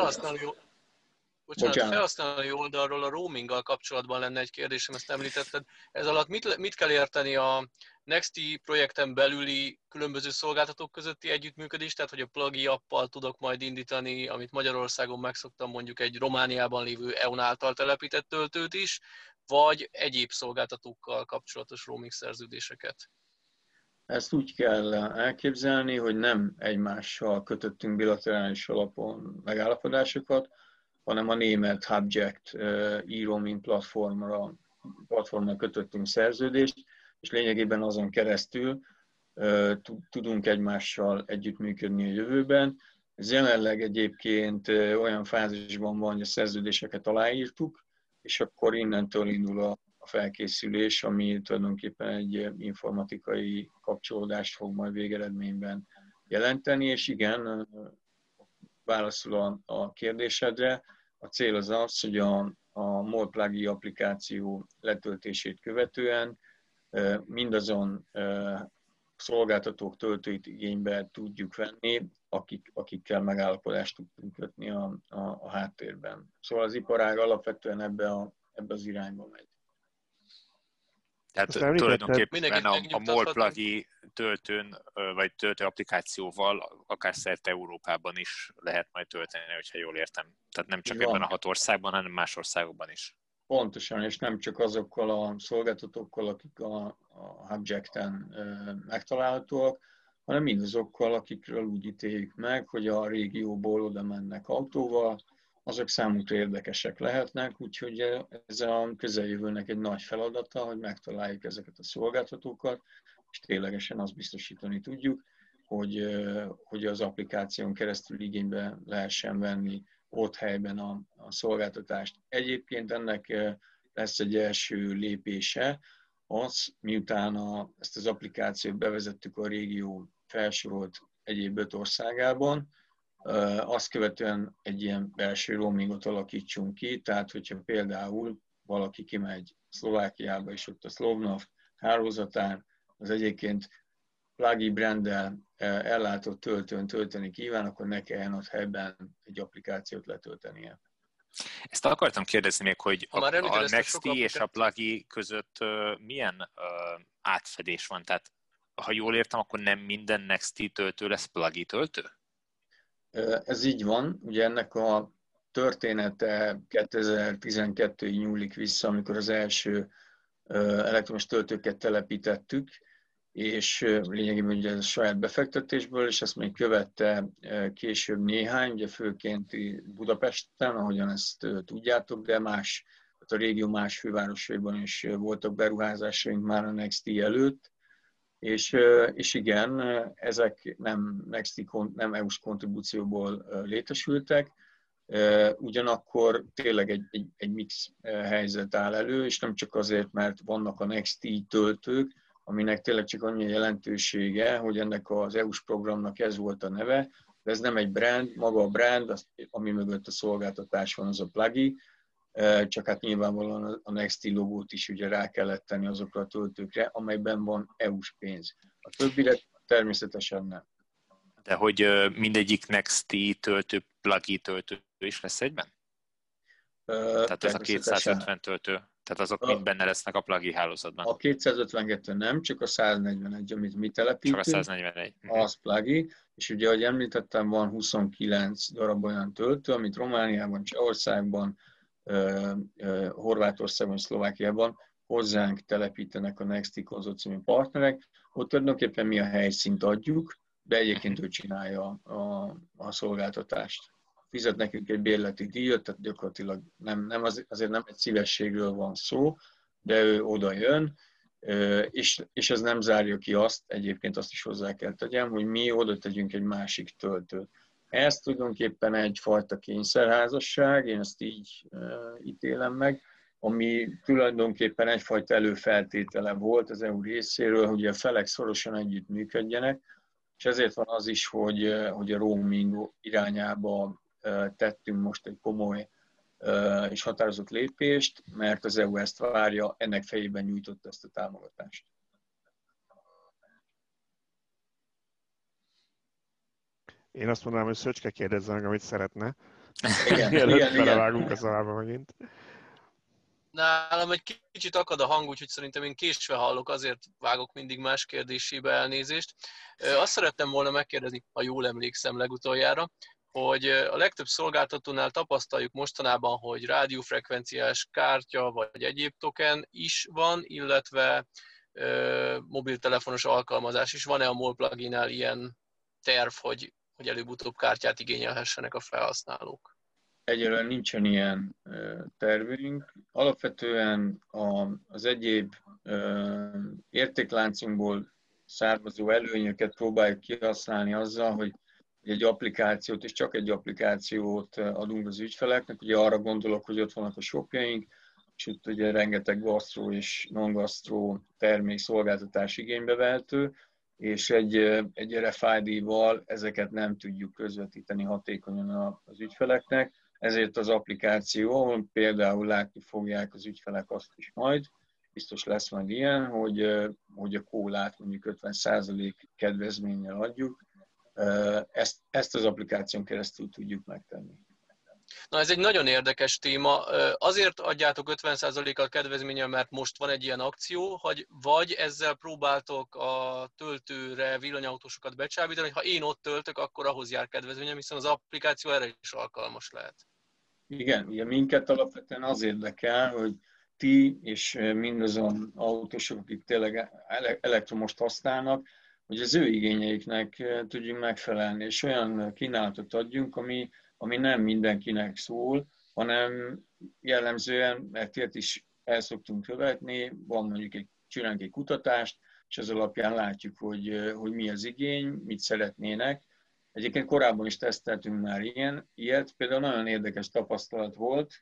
felhasználói oldalról a roaminggal kapcsolatban lenne egy kérdésem, ezt említetted. Ez alatt mit kell érteni a Nexti projekten belüli különböző szolgáltatók közötti együttműködés, tehát hogy a Pluggy appal tudok majd indítani, amit Magyarországon megszoktam, mondjuk egy Romániában lévő EON által telepített töltőt is, vagy egyéb szolgáltatókkal kapcsolatos roaming szerződéseket? Ezt úgy kell elképzelni, hogy nem egymással kötöttünk bilaterális alapon megállapodásokat, hanem a német Hubject e-roaming platformra kötöttünk szerződést, és lényegében azon keresztül tudunk egymással együttműködni a jövőben. Ez jelenleg egyébként olyan fázisban van, hogy a szerződéseket aláírtuk, és akkor innentől indul a felkészülés, ami tulajdonképpen egy informatikai kapcsolódást fog majd végeredményben jelenteni, és igen, válaszol a kérdésedre, a cél az az, hogy a MOL Pluggy applikáció letöltését követően mindazon szolgáltatók töltőit igénybe tudjuk venni, akikkel megállapodást tudtunk kötni a háttérben. Szóval az iparág alapvetően ebbe az irányba megy. Tehát tulajdonképpen a MOL Pluggy töltőn, vagy töltő applikációval akár szerte Európában is lehet majd tölteni, hogyha jól értem. Tehát nem csak ebben a 6 országban, hanem más országokban is. Pontosan, és nem csak azokkal a szolgáltatókkal, akik a Hubject-en megtalálhatóak, hanem mindazokkal, akikről úgy ítéljük meg, hogy a régióból oda mennek autóval, azok számukra érdekesek lehetnek, úgyhogy ez a közeljövőnek egy nagy feladata, hogy megtaláljuk ezeket a szolgáltatókat, és ténylegesen azt biztosítani tudjuk, hogy az applikáción keresztül igénybe lehessen venni ott helyben a szolgáltatást. Egyébként ennek lesz egy első lépése, az, miután ezt az applikációt bevezettük a régió felsorolt egyéb 5 országában, azt követően egy ilyen belső roamingot alakítsunk ki, tehát hogyha például valaki kimegy Szlovákiába, és ott a Slovnav hálózatán az egyébként Pluggy branddel ellátott töltőn tölteni kíván, akkor ne kelljen ott helyben egy applikációt letöltenie. Ezt akartam kérdezni még, hogy a Nexti és a Pluggy között milyen átfedés van? Tehát ha jól értem, akkor nem minden Nexti töltő lesz Pluggy töltő? Ez így van. Ugye ennek a története 2012-ig nyúlik vissza, amikor az első elektromos töltőket telepítettük, és lényegében ugye ez a saját befektetésből, és ezt még követte később néhány, ugye főként Budapesten, ahogyan ezt tudjátok, de más, a régió más fővárosaiban is voltak beruházásaink már a Nexti előtt, és igen, ezek nem EU-s kontribúcióból létesültek, ugyanakkor tényleg egy mix helyzet áll elő, és nem csak azért, mert vannak a Nexti töltők, aminek tényleg csak annyi jelentősége, hogy ennek az EU-s programnak ez volt a neve, de ez nem egy brand, maga a brand, ami mögött a szolgáltatás van, az a Pluggy, csak hát nyilvánvalóan a Nexti logót is ugye rá kellett tenni azokra a töltőkre, amelyben van EU-s pénz. A többire természetesen nem. De hogy mindegyik Nexti töltő, Pluggy töltő is lesz egyben? Tehát az a 250 töltő, tehát azok mind benne lesznek a Pluggy hálózatban. A 252 nem, csak a 141, amit mi telepítünk. Csak a 141. Az Pluggy, és ugye, ahogy említettem, van 29 darab olyan töltő, amit Romániában, Csehországban, Horvátországban, Szlovákiában hozzánk telepítenek a Nexti konzorciumi partnerek. Ott tulajdonképpen mi a helyszínt adjuk, de egyébként ő csinálja a szolgáltatást. Fizet nekünk egy bérleti díjat, tehát gyakorlatilag azért nem egy szívességről van szó, de ő oda jön, és ez nem zárja ki azt, egyébként azt is hozzá kell tegyem, hogy mi oda tegyünk egy másik töltőt. Ez tulajdonképpen egyfajta kényszerházasság, én ezt így ítélem meg, ami tulajdonképpen egyfajta előfeltétele volt az EU részéről, hogy a felek szorosan együtt működjenek, és ezért van az is, hogy a roaming irányába tettünk most egy komoly és határozott lépést, mert az EU ezt várja, ennek fejében nyújtott ezt a támogatást. Én azt mondanám, hogy Szöcske kérdezze meg, amit szeretne. Igen. Belevágunk a szavába megint. Nálam egy kicsit akad a hang, úgyhogy szerintem én késve hallok, azért vágok mindig más kérdésébe, elnézést. Azt szerettem volna megkérdezni, ha jól emlékszem legutoljára, hogy a legtöbb szolgáltatónál tapasztaljuk mostanában, hogy rádiófrekvenciás kártya vagy egyéb token is van, illetve mobiltelefonos alkalmazás is. Van-e a MOL pluginnál ilyen terv, hogy előbb-utóbb kártyát igényelhessenek a felhasználók? Egyelőre nincsen ilyen tervünk. Alapvetően az egyéb értékláncunkból származó előnyöket próbáljuk kihasználni azzal, hogy egy applikációt, és csak egy applikációt adunk az ügyfeleknek. Ugye arra gondolok, hogy ott vannak a shopjaink, és itt ugye rengeteg gasztró és non-gasztró termék szolgáltatás igénybe vehető, és egy RFID-val ezeket nem tudjuk közvetíteni hatékonyan az ügyfeleknek. Ezért az applikáció, ahol például látni fogják az ügyfelek azt is majd, biztos lesz majd ilyen, hogy a kólát mondjuk 50% kedvezménnyel adjuk, ezt az applikáción keresztül tudjuk megtenni. Na, ez egy nagyon érdekes téma. Azért adjátok 50%-kal kedvezménnyel, mert most van egy ilyen akció, vagy ezzel próbáltok a töltőre villanyautósokat becsábítani, hogy ha én ott töltök, akkor ahhoz jár kedvezményem, hiszen az applikáció erre is alkalmas lehet. Igen, ugye minket alapvetően az érdekel, hogy ti és mindazon autósok, akik tényleg elektromost használnak, hogy az ő igényeiknek tudjunk megfelelni, és olyan kínálatot adjunk, ami nem mindenkinek szól, hanem jellemzően, mert ilyet is el szoktunk követni, van mondjuk csinálunk egy kutatást, és az alapján látjuk, hogy mi az igény, mit szeretnének. Egyébként korábban is teszteltünk már ilyet, például nagyon érdekes tapasztalat volt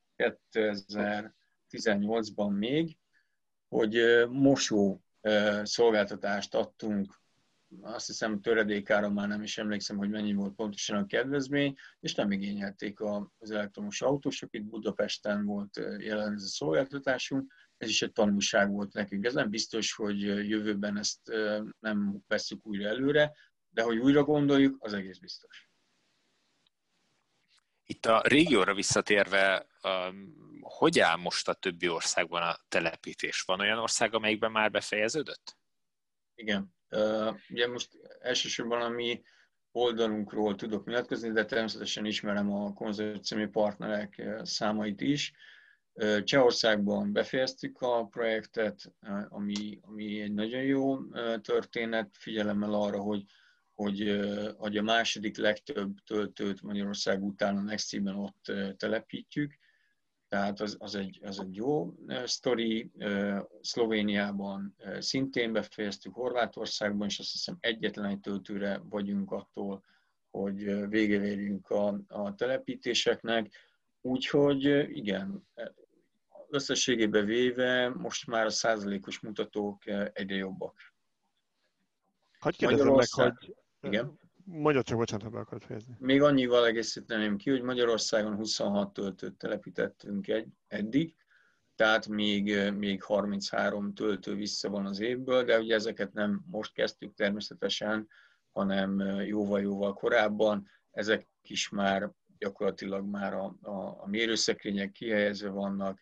2018-ban még, hogy mosó szolgáltatást adtunk, azt hiszem töredékára már nem is emlékszem, hogy mennyi volt pontosan a kedvezmény, és nem igényelték az elektromos autósok, itt Budapesten volt jelen ez a szolgáltatásunk, ez is egy tanulság volt nekünk. Ez nem biztos, hogy jövőben ezt nem vesszük újra előre, de hogy újra gondoljuk, az egész biztos. Itt a régióra visszatérve, hogy áll most a többi országban a telepítés? Van olyan ország, amelyikben már befejeződött? Igen. Ugye most elsősorban a mi oldalunkról tudok nyilatkozni, de természetesen ismerem a konzorciumi partnerek számait is. Csehországban befejeztük a projektet, ami egy nagyon jó történet, figyelemmel arra, hogy a második legtöbb töltőt Magyarország után a Nextben ott telepítjük. Tehát az egy jó sztori. Szlovéniában szintén befejeztük, Horvátországban, és azt hiszem egyetlen egy töltőre vagyunk attól, hogy vége érjünk a telepítéseknek. Úgyhogy igen, összességében véve most már a százalékos mutatók egyre jobbak. Hadd kérdezem meg, hogy... Igen? Mondja csak, bocsánat, ha be akarod fejezni. Még annyival egészíteném ki, hogy Magyarországon 26 töltőt telepítettünk eddig, tehát még 33 töltő vissza van az évből, de ugye ezeket nem most kezdtük természetesen, hanem jóval-jóval korábban. Ezek is már gyakorlatilag már a mérőszekrények kihelyezve vannak,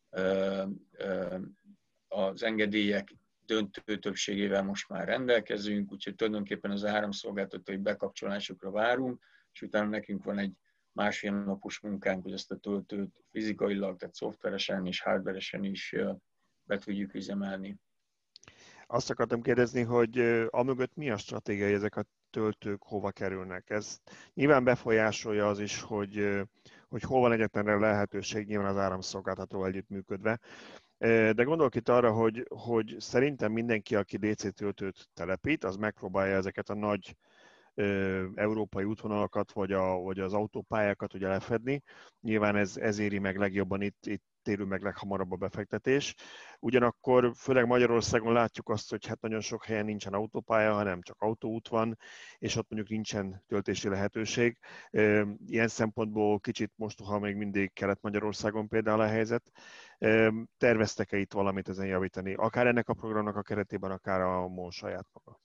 az engedélyek döntő többségével most már rendelkezünk, úgyhogy tulajdonképpen az áramszolgáltatói bekapcsolásokra várunk, és utána nekünk van egy másfél napos munkánk, hogy ezt a töltőt fizikailag, tehát szoftveresen és hardveresen is be tudjuk üzemelni. Azt akartam kérdezni, hogy amögött mi a stratégia, hogy ezek a töltők hova kerülnek? Ez nyilván befolyásolja az is, hogy hol van egyetlenre lehetőség, nyilván az áramszolgáltató együttműködve. De gondolok itt arra, hogy szerintem mindenki, aki DC töltőt telepít, az megpróbálja ezeket a nagy európai útvonalakat, vagy az autópályákat ugye lefedni. Nyilván ez éri meg legjobban, itt térül meg leghamarabb a befektetés. Ugyanakkor főleg Magyarországon látjuk azt, hogy hát nagyon sok helyen nincsen autópálya, hanem csak autóút van, és ott mondjuk nincsen töltési lehetőség. Ilyen szempontból kicsit mostoha még mindig Kelet-Magyarországon például a helyzet. Terveztek-e itt valamit ezen javítani? Akár ennek a programnak a keretében, akár a MOL saját maga?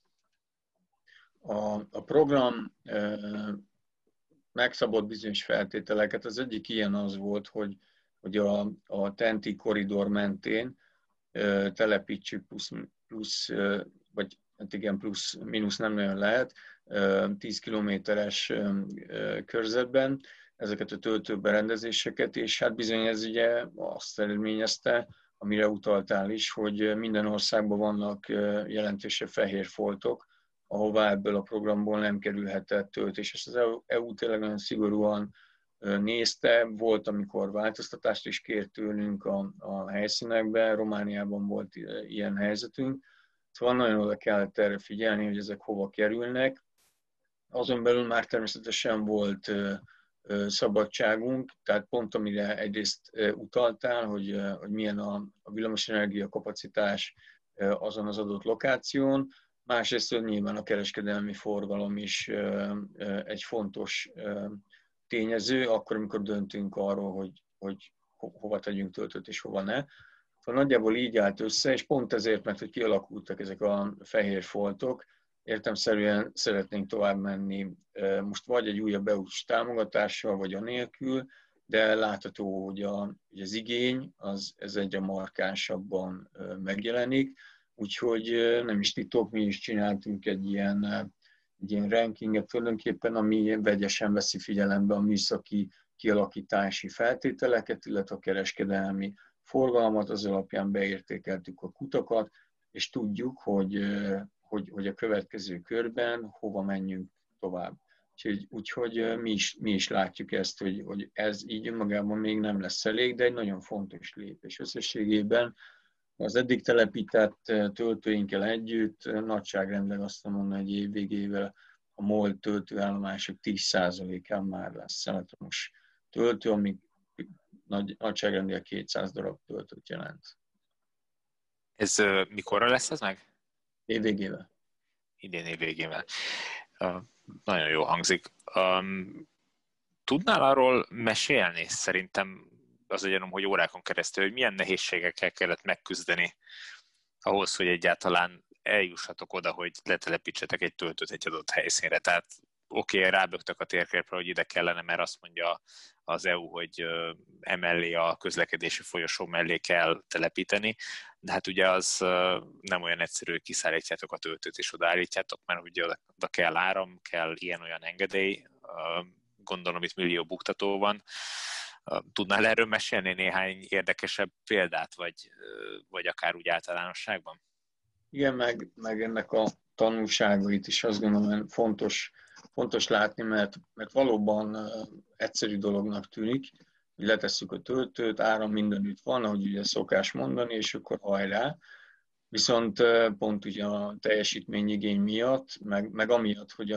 A program megszabott bizonyos feltételeket. Az egyik ilyen az volt, hogy a TEN-T korridor mentén telepítsük plusz vagy hát igen, plusz-minusz nem nagyon lehet, 10 kilométeres körzetben ezeket a töltőberendezéseket, és hát bizony ez ugye azt eredményezte, amire utaltál is, hogy minden országban vannak jelentősebb fehér foltok, ahová ebből a programból nem kerülhetett töltés. És az EU tényleg nagyon szigorúan nézte, volt, amikor változtatást is kért tőlünk a helyszínekben, Romániában volt ilyen helyzetünk, szóval nagyon oda kellett erre figyelni, hogy ezek hova kerülnek. Azon belül már természetesen volt szabadságunk, tehát pont amire egyrészt utaltál, hogy milyen a villamosenergia kapacitás azon az adott lokáción, másrészt nyilván a kereskedelmi forgalom is egy fontos tényező, akkor, amikor döntünk arról, hogy hova tegyünk töltőt és hova ne. Szóval nagyjából így állt össze, és pont ezért, mert hogy kialakultak ezek a fehér foltok, értelemszerűen szeretnénk tovább menni, most vagy egy újabb EU-s támogatással, vagy anélkül, de látható, hogy az igény ez egyre markánsabban megjelenik, úgyhogy nem is titok, mi is csináltunk egy ilyen rankinget tulajdonképpen, ami vegyesen veszi figyelembe a műszaki kialakítási feltételeket, illetve a kereskedelmi forgalmat, az alapján beértékeltük a kutakat, és tudjuk, hogy a következő körben hova menjünk tovább. Úgyhogy mi is látjuk ezt, hogy ez így önmagában még nem lesz elég, de egy nagyon fontos lépés. Összességében az eddig telepített töltőinkkel együtt nagyságrendileg azt mondom, hogy év végével a MOL töltőállomások 10%-án már lesz elektromos töltő, ami nagyságrendileg 200 darab töltőt jelent. Ez mikorra lesz ez meg? Év végével. Idén év végével. Nagyon jó hangzik. Tudnál arról mesélni? Szerintem az ugyanom, hogy órákon keresztül, hogy milyen nehézségekkel kellett megküzdeni ahhoz, hogy egyáltalán eljussatok oda, hogy letelepítsetek egy töltőt egy adott helyszínre. Tehát oké, rábögtök a térképre, hogy ide kellene, mert azt mondja az EU, hogy emellé a közlekedési folyosó mellé kell telepíteni, de hát ugye az nem olyan egyszerű, hogy kiszállítjátok a töltőt és odaállítjátok, mert ugye oda kell áram, kell ilyen-olyan engedély, gondolom itt millió buktató van, Tudnál erről mesélni néhány érdekesebb példát, vagy akár úgy általánosságban? Igen, meg ennek a tanulságait is azt gondolom, fontos látni, mert valóban egyszerű dolognak tűnik, hogy letesszük a töltőt, áram mindenütt van, ahogy ugye szokás mondani, és akkor hajrá. Viszont pont ugye a teljesítményigény miatt, meg amiatt, hogy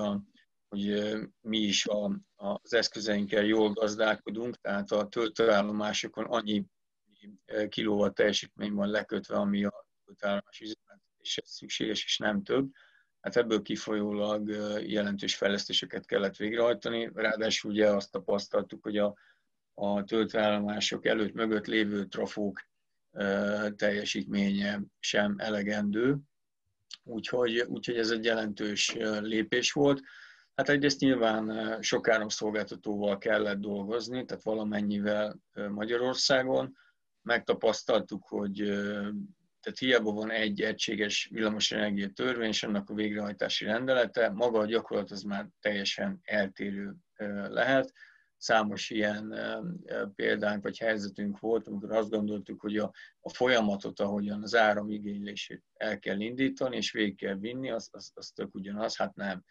mi is az eszközeinkkel jól gazdálkodunk, tehát a töltőállomásokon annyi kilowatt teljesítmény van lekötve, ami a töltőállomás üzemeltetéshez szükséges, és nem több. Hát ebből kifolyólag jelentős fejlesztéseket kellett végrehajtani. Ráadásul ugye azt tapasztaltuk, hogy a töltőállomások mögött lévő trafók teljesítménye sem elegendő. Úgyhogy ez egy jelentős lépés volt. Hát egyrészt nyilván sok áramszolgáltatóval kellett dolgozni, tehát valamennyivel Magyarországon. Megtapasztaltuk, hogy tehát hiába van egy egységes villamosenergia törvény, és annak a végrehajtási rendelete, maga a gyakorlat az már teljesen eltérő lehet. Számos ilyen példánk vagy helyzetünk volt, amikor azt gondoltuk, hogy a folyamatot, ahogyan az áramigénylését el kell indítani, és végig kell vinni, az tök ugyanaz, hát nem,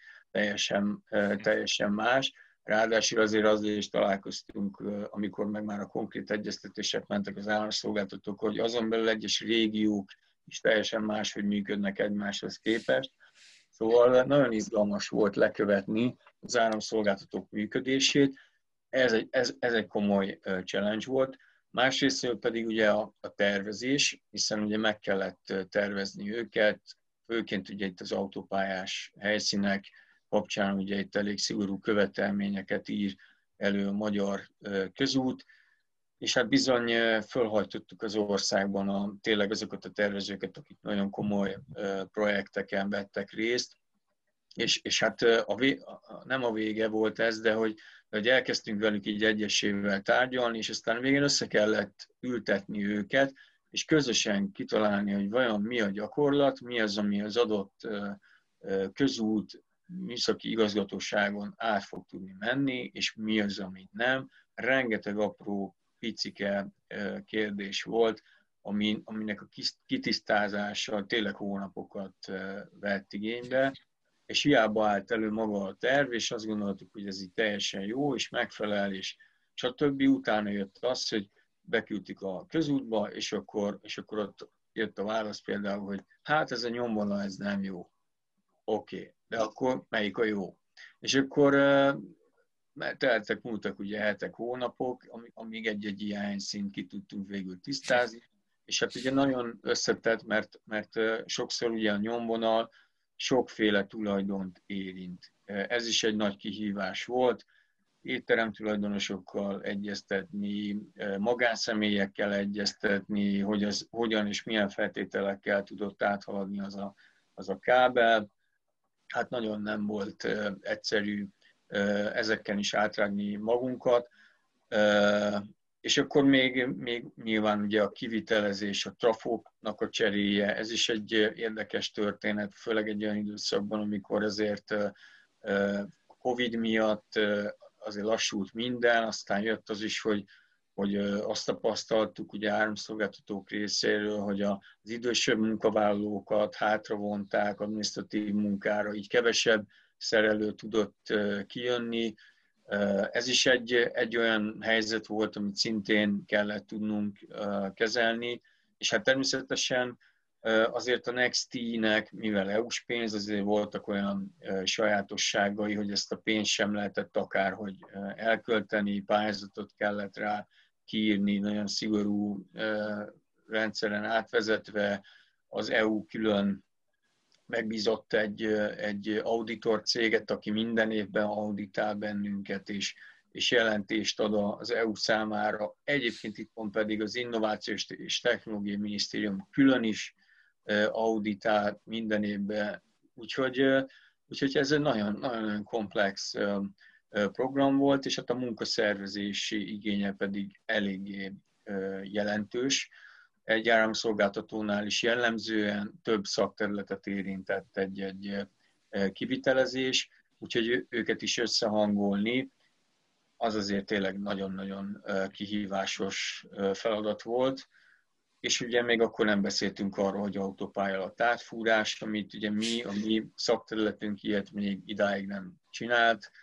teljesen más. Ráadásul azért is találkoztunk, amikor meg már a konkrét egyeztetések mentek az államszolgáltatók, hogy azon belül egyes régiók is teljesen máshogy működnek egymáshoz képest. Szóval nagyon izgalmas volt lekövetni az áramszolgáltatók működését. Ez egy komoly challenge volt. Másrészt pedig ugye a tervezés, hiszen ugye meg kellett tervezni őket, főként ugye itt az autópályás helyszínek kapcsán ugye itt elég szigorú követelményeket ír elő a magyar közút, és hát bizony fölhajtottuk az országban tényleg azokat a tervezőket, akik nagyon komoly projekteken vettek részt, és hát nem a vége volt ez, de hogy elkezdtünk velük így egyesével tárgyalni, és aztán végén össze kellett ültetni őket, és közösen kitalálni, hogy vajon mi a gyakorlat, mi az, ami az adott közút, műszaki igazgatóságon át fog tudni menni, és mi az, ami nem. Rengeteg apró, picike kérdés volt, aminek a kitisztázása tényleg hónapokat vett igénybe, és hiába állt elő maga a terv, és azt gondoltuk, hogy ez így teljesen jó, és megfelel, és stb. Utána jött az, hogy beküldtük a közútba, és akkor ott jött a válasz például, hogy hát ez a nyomvonal, ez nem jó. Oké, de akkor melyik a jó? És akkor múltak ugye hetek, hónapok, amíg egy ilyen helyszínt ki tudtunk végül tisztázni, és hát ugye nagyon összetett, mert sokszor ugye a nyomvonal sokféle tulajdont érint. Ez is egy nagy kihívás volt, étteremtulajdonosokkal egyeztetni, magánszemélyekkel egyeztetni, hogy az hogyan és milyen feltételekkel tudott áthaladni az a kábel. Hát nagyon nem volt egyszerű ezeken is átrágni magunkat. És akkor még nyilván ugye a kivitelezés, a trafóknak a cseréje, ez is egy érdekes történet, főleg egy olyan időszakban, amikor azért Covid miatt azért lassult minden, aztán jött az is, hogy azt tapasztaltuk ugye áramszolgáltatók részéről, hogy az idősebb munkavállalókat hátravonták adminisztratív munkára, így kevesebb szerelő tudott kijönni. Ez is egy olyan helyzet volt, amit szintén kellett tudnunk kezelni, és hát természetesen azért a Next-nek, mivel EU-s pénz, azért voltak olyan sajátosságai, hogy ezt a pénzt sem lehetett akárhogy elkölteni, pályázatot kellett rá kiírni, nagyon szigorú rendszeren átvezetve, az EU külön megbízott egy auditor céget, aki minden évben auditál bennünket, és jelentést ad az EU számára. Egyébként itt van pedig az Innovációs és Technológiai Minisztérium külön is auditál minden évben. Úgyhogy ez egy nagyon komplex program volt, és hát a munkaszervezési igénye pedig eléggé jelentős. Egy áramszolgáltatónál is jellemzően több szakterületet érintett egy kivitelezés, úgyhogy őket is összehangolni. az azért tényleg nagyon-nagyon kihívásos feladat volt. És ugye még akkor nem beszéltünk arról, hogy autópálya alatt átfúrás, amit ugye a mi szakterületünk ilyet még idáig nem csinált,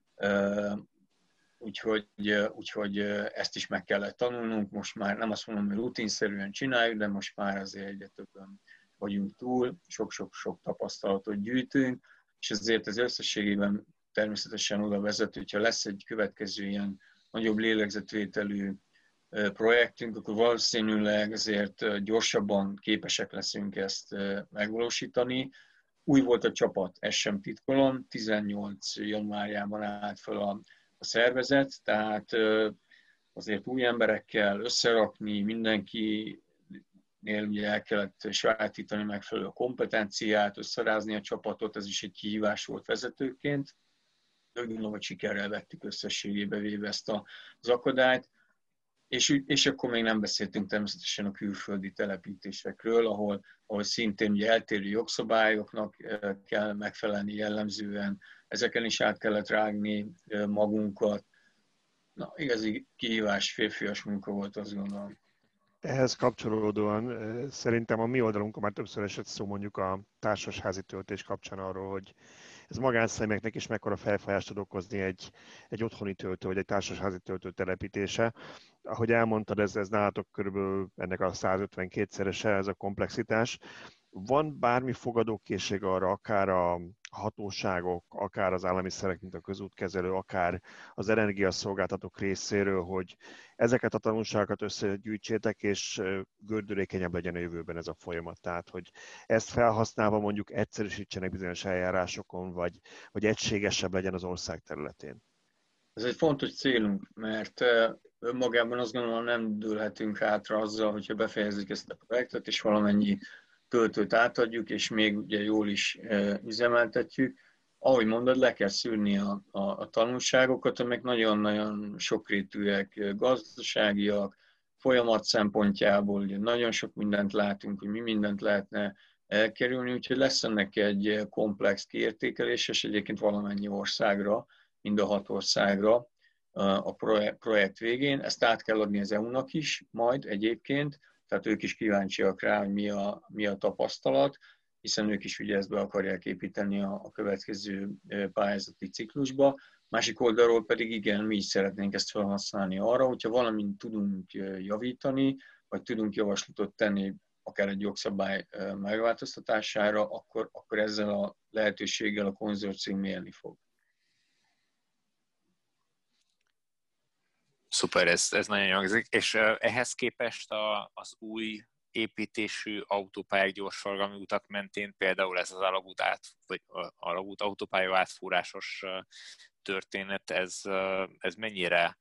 úgyhogy ezt is meg kellett tanulnunk. Most már nem azt mondom, hogy rutinszerűen csináljuk, de most már azért egyre többen vagyunk túl, sok-sok tapasztalatot gyűjtünk, és ezért az összességében természetesen oda vezet, hogyha lesz egy következő ilyen nagyobb lélegzetvételű projektünk, akkor valószínűleg azért gyorsabban képesek leszünk ezt megvalósítani. Új volt a csapat, ezt sem titkolom, 18 januárjában állt fel a szervezet, tehát azért új emberekkel összerakni, mindenkinél ugye el kellett sajátítani megfelelő kompetenciát, összerázni a csapatot, ez is egy kihívás volt vezetőként. De gondolom, hogy sikerrel vettük összességébe véve ezt az akadályt. És akkor még nem beszéltünk természetesen a külföldi telepítésekről, ahol szintén ugye eltérő jogszabályoknak kell megfelelni jellemzően. Ezeken is át kellett rágni magunkat. Na, igazi kihívás, férfias munka volt, azt gondolom. Ehhez kapcsolódóan szerintem a mi oldalunkon már többször esett szó mondjuk a társasházi töltés kapcsán arról, hogy ez magánszemélyeknek is mekkora felfájást tud okozni egy otthoni töltő, vagy egy társasházi töltő telepítése. Ahogy elmondtad, ez nálatok körülbelül ennek a 152-szerese ez a komplexitás. Van bármi fogadókészség arra, akár a hatóságok, akár az állami szerek, mint a közútkezelő, akár az energiaszolgáltatók részéről, hogy ezeket a tanulságokat összegyűjtsétek, és gördülékenyebb legyen a jövőben ez a folyamat. Tehát, hogy ezt felhasználva mondjuk egyszerűsítsenek bizonyos eljárásokon, vagy egységesebb legyen az ország területén. Ez egy fontos célunk, mert önmagában azt gondolom nem dőlhetünk hátra azzal, hogyha befejezzük ezt a projektet, és valamennyi töltőt átadjuk, és még ugye jól is üzemeltetjük. Ahogy mondod, le kell szűrni a tanulságokat, amelyek nagyon-nagyon sokrétűek, gazdaságiak, folyamat szempontjából, ugye nagyon sok mindent látunk, hogy mi mindent lehetne elkerülni, úgyhogy lesz ennek egy komplex kiértékelés, és egyébként valamennyi országra, mind a 6 országra a projekt végén. Ezt át kell adni az EU-nak is majd egyébként, tehát ők is kíváncsiak rá, hogy mi a tapasztalat, hiszen ők is ugye ezt be akarják építeni a következő pályázati ciklusba. Másik oldalról pedig igen, mi is szeretnénk ezt felhasználni arra, hogyha valamint tudunk javítani, vagy tudunk javaslatot tenni akár egy jogszabály megváltoztatására, akkor ezzel a lehetőséggel a konzorcium élni fog. Szuper, ez nagyon jó hangzik. És ehhez képest az új építésű autópályák, gyorsforgalmi utak mentén például ez az alagút autópálya átfúrásos történet, ez mennyire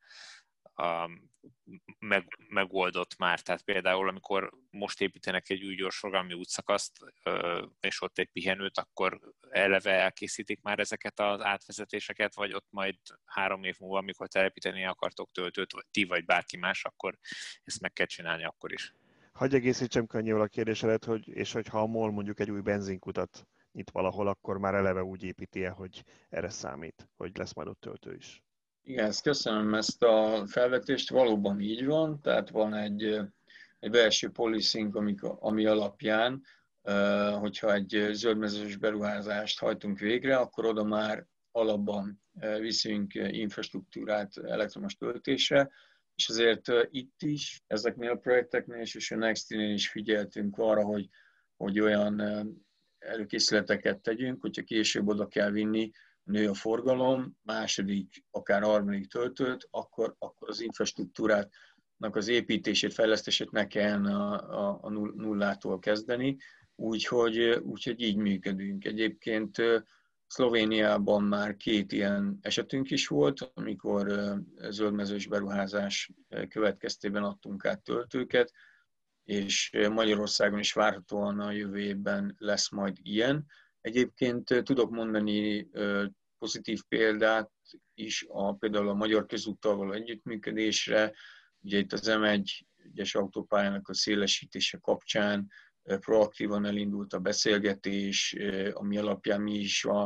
megoldott már? Tehát például, amikor most építenek egy új gyorsforgalmi útszakaszt, és ott egy pihenőt, akkor eleve elkészítik már ezeket az átvezetéseket, vagy ott majd 3 év múlva, amikor telepíteni akartok töltőt, vagy ti, vagy bárki más, akkor ezt meg kell csinálni akkor is. Hagyj egészítsem könnyűvel a kérdésedet, hogyha a MOL mondjuk egy új benzinkutat nyit valahol, akkor már eleve úgy építi-e, hogy erre számít, hogy lesz majd ott töltő is. Igen, ezt köszönöm ezt a felvetést, valóban így van, tehát van egy belső policing, ami alapján, hogyha egy zöldmezős beruházást hajtunk végre, akkor oda már alapban viszünk infrastruktúrát elektromos töltésre, és azért itt is, ezeknél a projekteknél és a Next-nél is figyeltünk arra, hogy olyan előkészületeket tegyünk, hogyha később oda kell vinni, nő a forgalom, második, akár harmadik töltőt, akkor az infrastruktúrának az építését, fejlesztését ne kelljen a nullától kezdeni, úgyhogy így működünk. Egyébként Szlovéniában már 2 ilyen esetünk is volt, amikor zöldmezős beruházás következtében adtunk át töltőket, és Magyarországon is várhatóan a jövő évben lesz majd ilyen. Egyébként tudok mondani pozitív példát is például a Magyar Közúttal való együttműködésre. Ugye itt az M1-es autópályának a szélesítése kapcsán proaktívan elindult a beszélgetés, ami alapján mi is a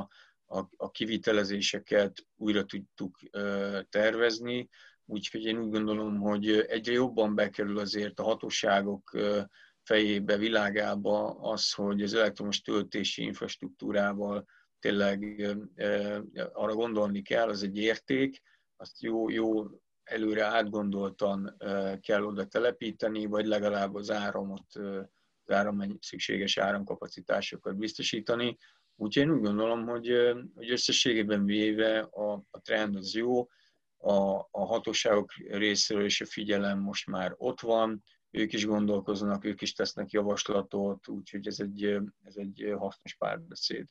a kivitelezéseket újra tudtuk tervezni, úgyhogy én úgy gondolom, hogy egyre jobban bekerül azért a hatóságok fejébe, világába az, hogy az elektromos töltési infrastruktúrával tényleg arra gondolni kell, az egy érték, azt jó előre átgondoltan kell oda telepíteni, vagy legalább az szükséges áramkapacitásokat biztosítani. Úgyhogy én úgy gondolom, hogy összességében véve a trend az jó, a hatóságok részéről és a figyelem most már ott van, ők is gondolkoznak, ők is tesznek javaslatot, úgyhogy ez egy hasznos párbeszéd.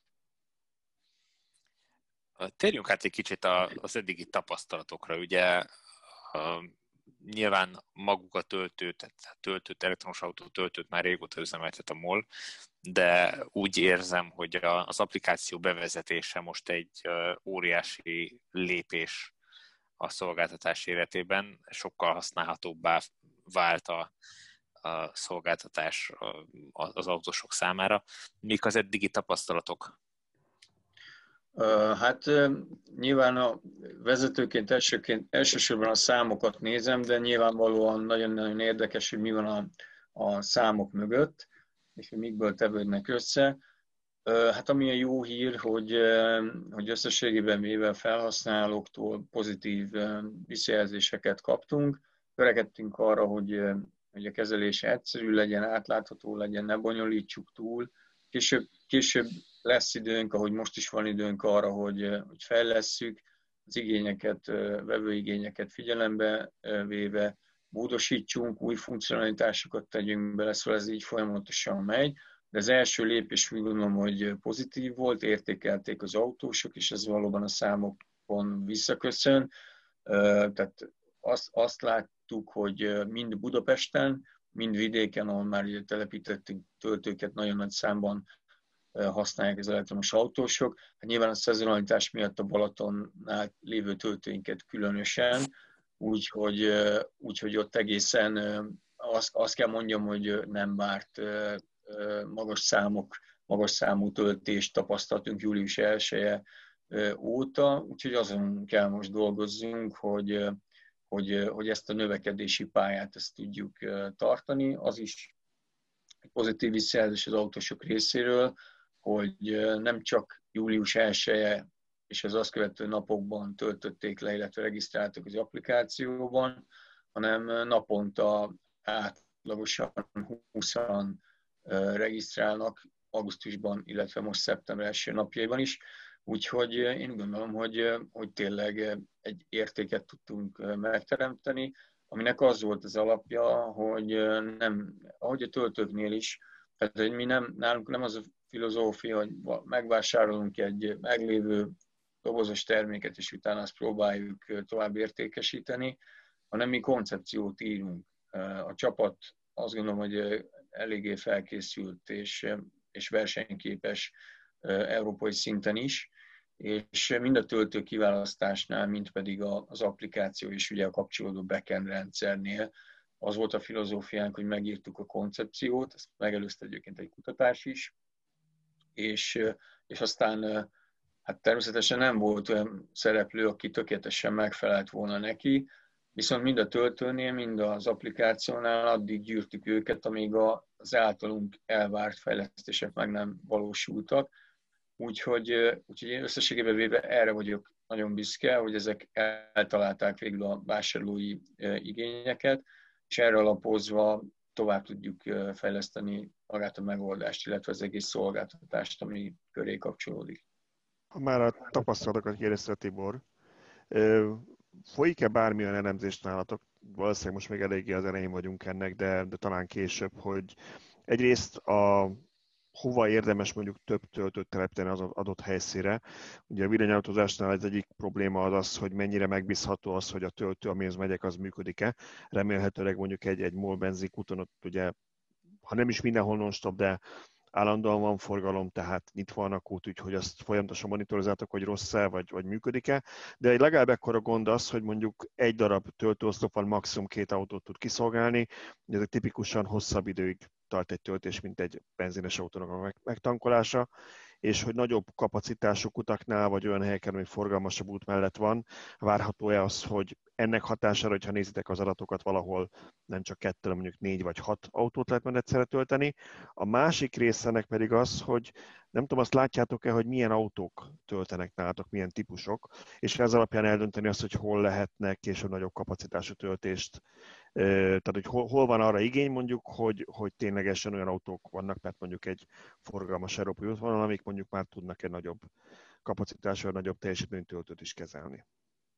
Térjünk át egy kicsit az eddigi tapasztalatokra. Ugye nyilván maguk a töltőt, elektromos autó töltőt már régóta üzemeltet a MOL, de úgy érzem, hogy az applikáció bevezetése most egy óriási lépés a szolgáltatás életében, sokkal használhatóbbá vált a szolgáltatás az autósok számára. Mik az eddigi tapasztalatok? Hát nyilván a vezetőként elsősorban a számokat nézem, de nyilvánvalóan nagyon-nagyon érdekes, hogy mi van a számok mögött, és hogy mikből tevődnek össze. Hát ami a jó hír, hogy összességében véve felhasználóktól pozitív visszajelzéseket kaptunk. Törekedtünk arra, hogy a kezelése egyszerű legyen, átlátható legyen, ne bonyolítsuk túl. Később lesz időnk, ahogy most is van időnk arra, hogy fejlesszük az igényeket, vevőigényeket figyelembe véve, módosítsunk, új funkcionalitásokat tegyünk bele, szóval ez így folyamatosan megy. De az első lépés úgy gondolom, hogy pozitív volt, értékelték az autósok, és ez valóban a számokon visszaköszön. Tehát azt láttuk, hogy mind Budapesten, mind vidéken, ahol már telepítettünk töltőket, nagyon nagy számban használják az elektromos autósok. Hát nyilván a szezonalitás miatt a Balatonnál lévő töltőinket különösen, úgyhogy ott egészen azt kell mondjam, hogy nem várt magas számú töltést tapasztaltunk július 1-e óta, úgyhogy azon kell most dolgozzunk, hogy ezt a növekedési pályát ezt tudjuk tartani. Az is egy pozitív visszajelzés az autósok részéről, hogy nem csak július 1-e és az azt követő napokban töltötték le, illetve regisztráltak az applikációban, hanem naponta átlagosan 20-an regisztrálnak augusztusban, illetve most szeptember első napjaiban is. Úgyhogy én gondolom, hogy tényleg egy értéket tudtunk megteremteni, aminek az volt az alapja, hogy ahogy a töltőknél is, tehát hogy nálunk nem az a filozófia, hogy megvásárolunk egy meglévő dobozos terméket, és utána azt próbáljuk tovább értékesíteni, hanem mi koncepciót írunk. A csapat azt gondolom, hogy eléggé felkészült és versenyképes európai szinten is, és mind a töltő kiválasztásnál, mind pedig az applikáció és ugye a kapcsolódó backend rendszernél az volt a filozófiánk, hogy megírtuk a koncepciót, ezt megelőzte egyébként egy kutatás is, és aztán hát természetesen nem volt olyan szereplő, aki tökéletesen megfelelt volna neki, viszont mind a töltőnél, mind az applikációnál addig gyűrtük őket, amíg az általunk elvárt fejlesztések meg nem valósultak. Úgyhogy én összességében véve erre vagyok nagyon büszke, hogy ezek eltalálták végül a vásárlói igényeket, és erre alapozva tovább tudjuk fejleszteni magát a megoldást, illetve az egész szolgáltatást, ami köré kapcsolódik. Ha már a tapasztalatokat kérdezte Tibor, folyik-e bármilyen elemzést nálatok? Valószínűleg most még eléggé az elején vagyunk ennek, de talán később, hogy egyrészt hova érdemes mondjuk több töltőt telepíteni az adott helyszínre. Ugye a villanyautózásnál az egyik probléma az, hogy mennyire megbízható az, hogy a töltő, amihez megyek, az működik-e. Remélhetőleg mondjuk egy MOL benzinkúton ott ugye, ha nem is mindenhol non-stop, de állandóan van forgalom, tehát nyitva van a kút, úgyhogy azt folyamatosan monitorozzátok, hogy rossz-e, vagy működik-e. De egy legalább ekkora gond az, hogy mondjuk egy darab töltőoszlop van, maximum 2 autót tud kiszolgálni. Ez tipikusan hosszabb időig tart egy töltés, mint egy benzines autónak a megtankolása. és hogy nagyobb kapacitású utaknál, vagy olyan helyeken, ami forgalmasabb út mellett van, várható-e az, hogy ennek hatására, hogyha nézitek az adatokat, valahol nem csak 2, mondjuk 4 vagy 6 autót lehet majd egyszerre tölteni. A másik részének pedig az, hogy nem tudom, azt látjátok-e, hogy milyen autók töltenek nálatok, milyen típusok, és ez alapján eldönteni azt, hogy hol lehetnek később nagyobb kapacitású töltést. Tehát, hogy hol van arra igény mondjuk, hogy ténylegesen olyan autók vannak, mert mondjuk egy forgalmas európai útvonalon, amik mondjuk már tudnak egy nagyobb kapacitású, nagyobb teljesítményű töltőt is kezelni.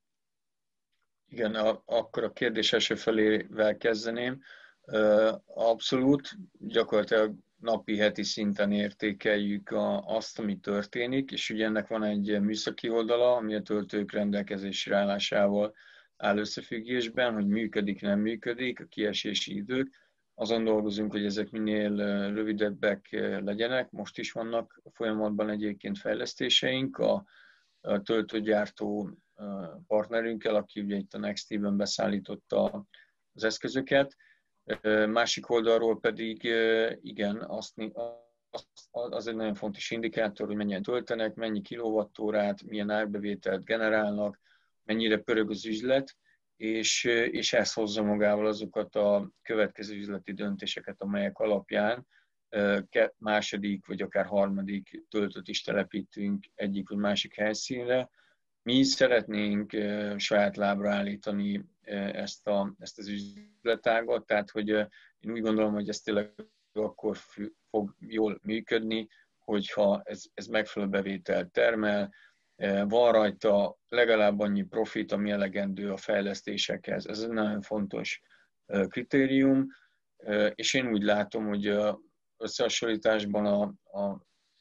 Igen, akkor a kérdés első felével kezdeném. Abszolút, gyakorlatilag napi, heti szinten értékeljük azt, ami történik, és ugye ennek van egy műszaki oldala, ami a töltők rendelkezésre állásával áll összefüggésben, hogy működik, nem működik, a kiesési idők. Azon dolgozunk, hogy ezek minél rövidebbek legyenek. Most is vannak folyamatban egyébként fejlesztéseink. A töltőgyártó partnerünkkel, aki ugye itt a Nextében beszállította az eszközöket. Másik oldalról pedig igen, az egy nagyon fontos indikátor, hogy mennyien töltenek, mennyi kilowattórát, milyen árbevételt generálnak, mennyire pörög az üzlet, és ez hozza magával azokat a következő üzleti döntéseket, amelyek alapján második vagy akár harmadik töltőt is telepítünk egyik vagy másik helyszínre. Mi szeretnénk saját lábra állítani ezt az üzletágat, tehát hogy én úgy gondolom, hogy ez tényleg akkor fog jól működni, hogyha ez megfelelő bevételt termel, van rajta legalább annyi profit, ami elegendő a fejlesztésekhez. Ez egy nagyon fontos kritérium, és én úgy látom, hogy összehasonlításban a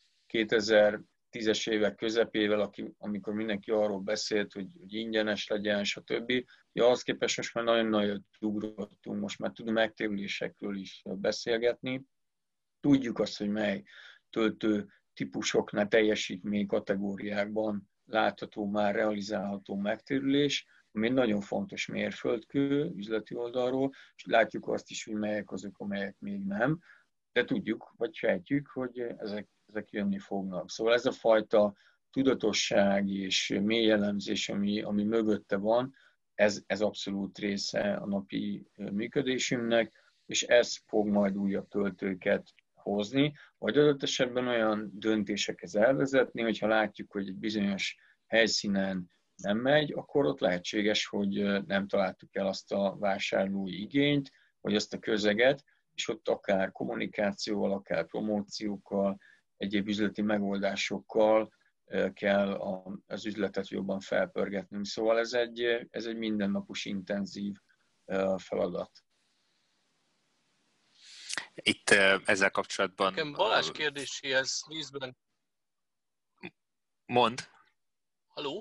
2010-es évek közepével, amikor mindenki arról beszélt, hogy ingyenes legyen, stb. Ja, az képest most már nagyon nagyot ugrottunk, most már tudunk megtérülésekről is beszélgetni. Tudjuk azt, hogy mely töltő típusoknál, teljesítmény kategóriákban látható már realizálható megtérülés, ami egy nagyon fontos mérföldkő üzleti oldalról, és látjuk azt is, hogy melyek azok, amelyek még nem, de tudjuk, vagy sejtjük, hogy ezek jönni fognak. Szóval ez a fajta tudatosság és mély elemzés, ami mögötte van, ez abszolút része a napi működésünknek, és ez fog majd újabb töltőket hozni, vagy adott esetben olyan döntésekhez elvezetni, hogyha látjuk, hogy egy bizonyos helyszínen nem megy, akkor ott lehetséges, hogy nem találtuk el azt a vásárlói igényt, vagy azt a közeget, és ott akár kommunikációval, akár promóciókkal, egyéb üzleti megoldásokkal kell az üzletet jobban felpörgetnünk. Szóval ez egy mindennapos intenzív feladat. Itt ezzel kapcsolatban... Nekem Balázs kérdéséhez részben... Mondd. Halló?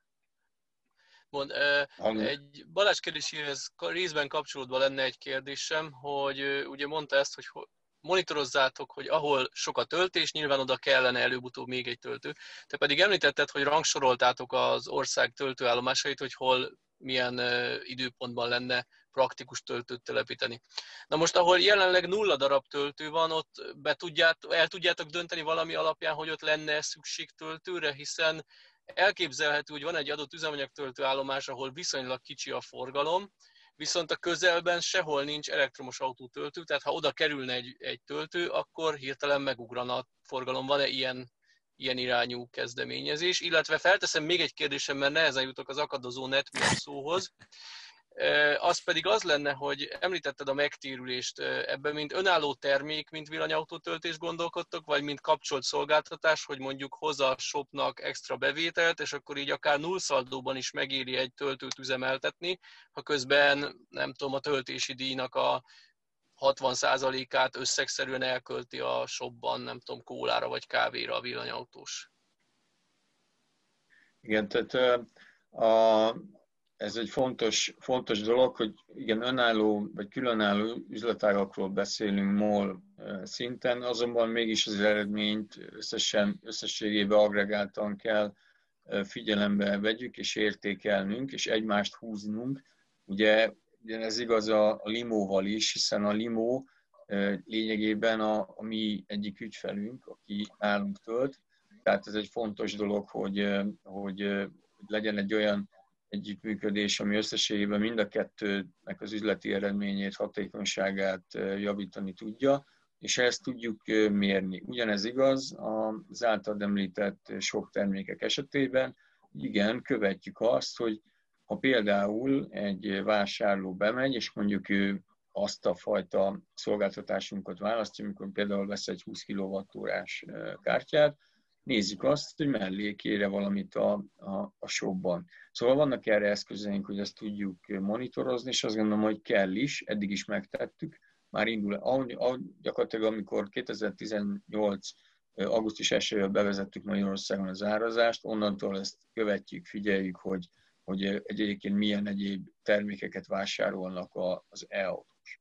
Egy Balázs kérdéséhez részben kapcsolódva lenne egy kérdésem, hogy ugye mondta ezt, hogy monitorozzátok, hogy ahol sok a töltés, nyilván oda kellene előbb-utóbb még egy töltő. Te pedig említetted, hogy rangsoroltátok az ország töltőállomásait, hogy hol milyen időpontban lenne praktikus töltőt telepíteni. Na most, ahol jelenleg 0 darab töltő van, ott el tudjátok dönteni valami alapján, hogy ott lenne szükség töltőre, hiszen elképzelhető, hogy van egy adott üzemanyagtöltő állomás, ahol viszonylag kicsi a forgalom, viszont a közelben sehol nincs elektromos autótöltő, tehát ha oda kerülne egy töltő, akkor hirtelen megugrana a forgalom. Van-e ilyen irányú kezdeményezés? Illetve felteszem még egy kérdésem, mert nehezen jutok az akadozó network szóhoz. Az pedig az lenne, hogy említetted a megtérülést, ebben mint önálló termék, mint villanyautótöltés gondolkodtok, vagy mint kapcsolt szolgáltatás, hogy mondjuk hozza a shopnak extra bevételt, és akkor így akár nullszaldóban is megéri egy töltőt üzemeltetni, ha közben, nem tudom, a töltési díjnak a 60%-át összegszerűen elkölti a shopban, nem tudom, kólára vagy kávéra a villanyautós. Igen, tehát ez egy fontos dolog, hogy igen, önálló vagy különálló üzletágakról beszélünk MOL szinten, azonban mégis az eredményt összességében agregáltan kell figyelembe vegyük és értékelnünk, és egymást húznunk. Ugye ez igaz a limóval is, hiszen a limó lényegében a mi egyik ügyfelünk, aki nálunk tölt, Tehát ez egy fontos dolog, hogy legyen egy olyan együttműködés, ami összességében mind a kettőnek az üzleti eredményét, hatékonyságát javítani tudja, és ezt tudjuk mérni. Ugyanez igaz az általad említett sok termékek esetében. Igen, követjük azt, hogy ha például egy vásárló bemegy, és mondjuk ő azt a fajta szolgáltatásunkat választja, amikor például vesz egy 20 kWh-s kártyát, nézzük azt, hogy mellé kére valamit a shopban. Szóval vannak erre eszközeink, hogy ezt tudjuk monitorozni, és azt gondolom, hogy kell is, eddig is megtettük. Már indul, gyakorlatilag amikor 2018. augusztus 1-től bevezettük Magyarországon az árazást, onnantól ezt követjük, figyeljük, hogy egyébként milyen egyéb termékeket vásárolnak az e-autós.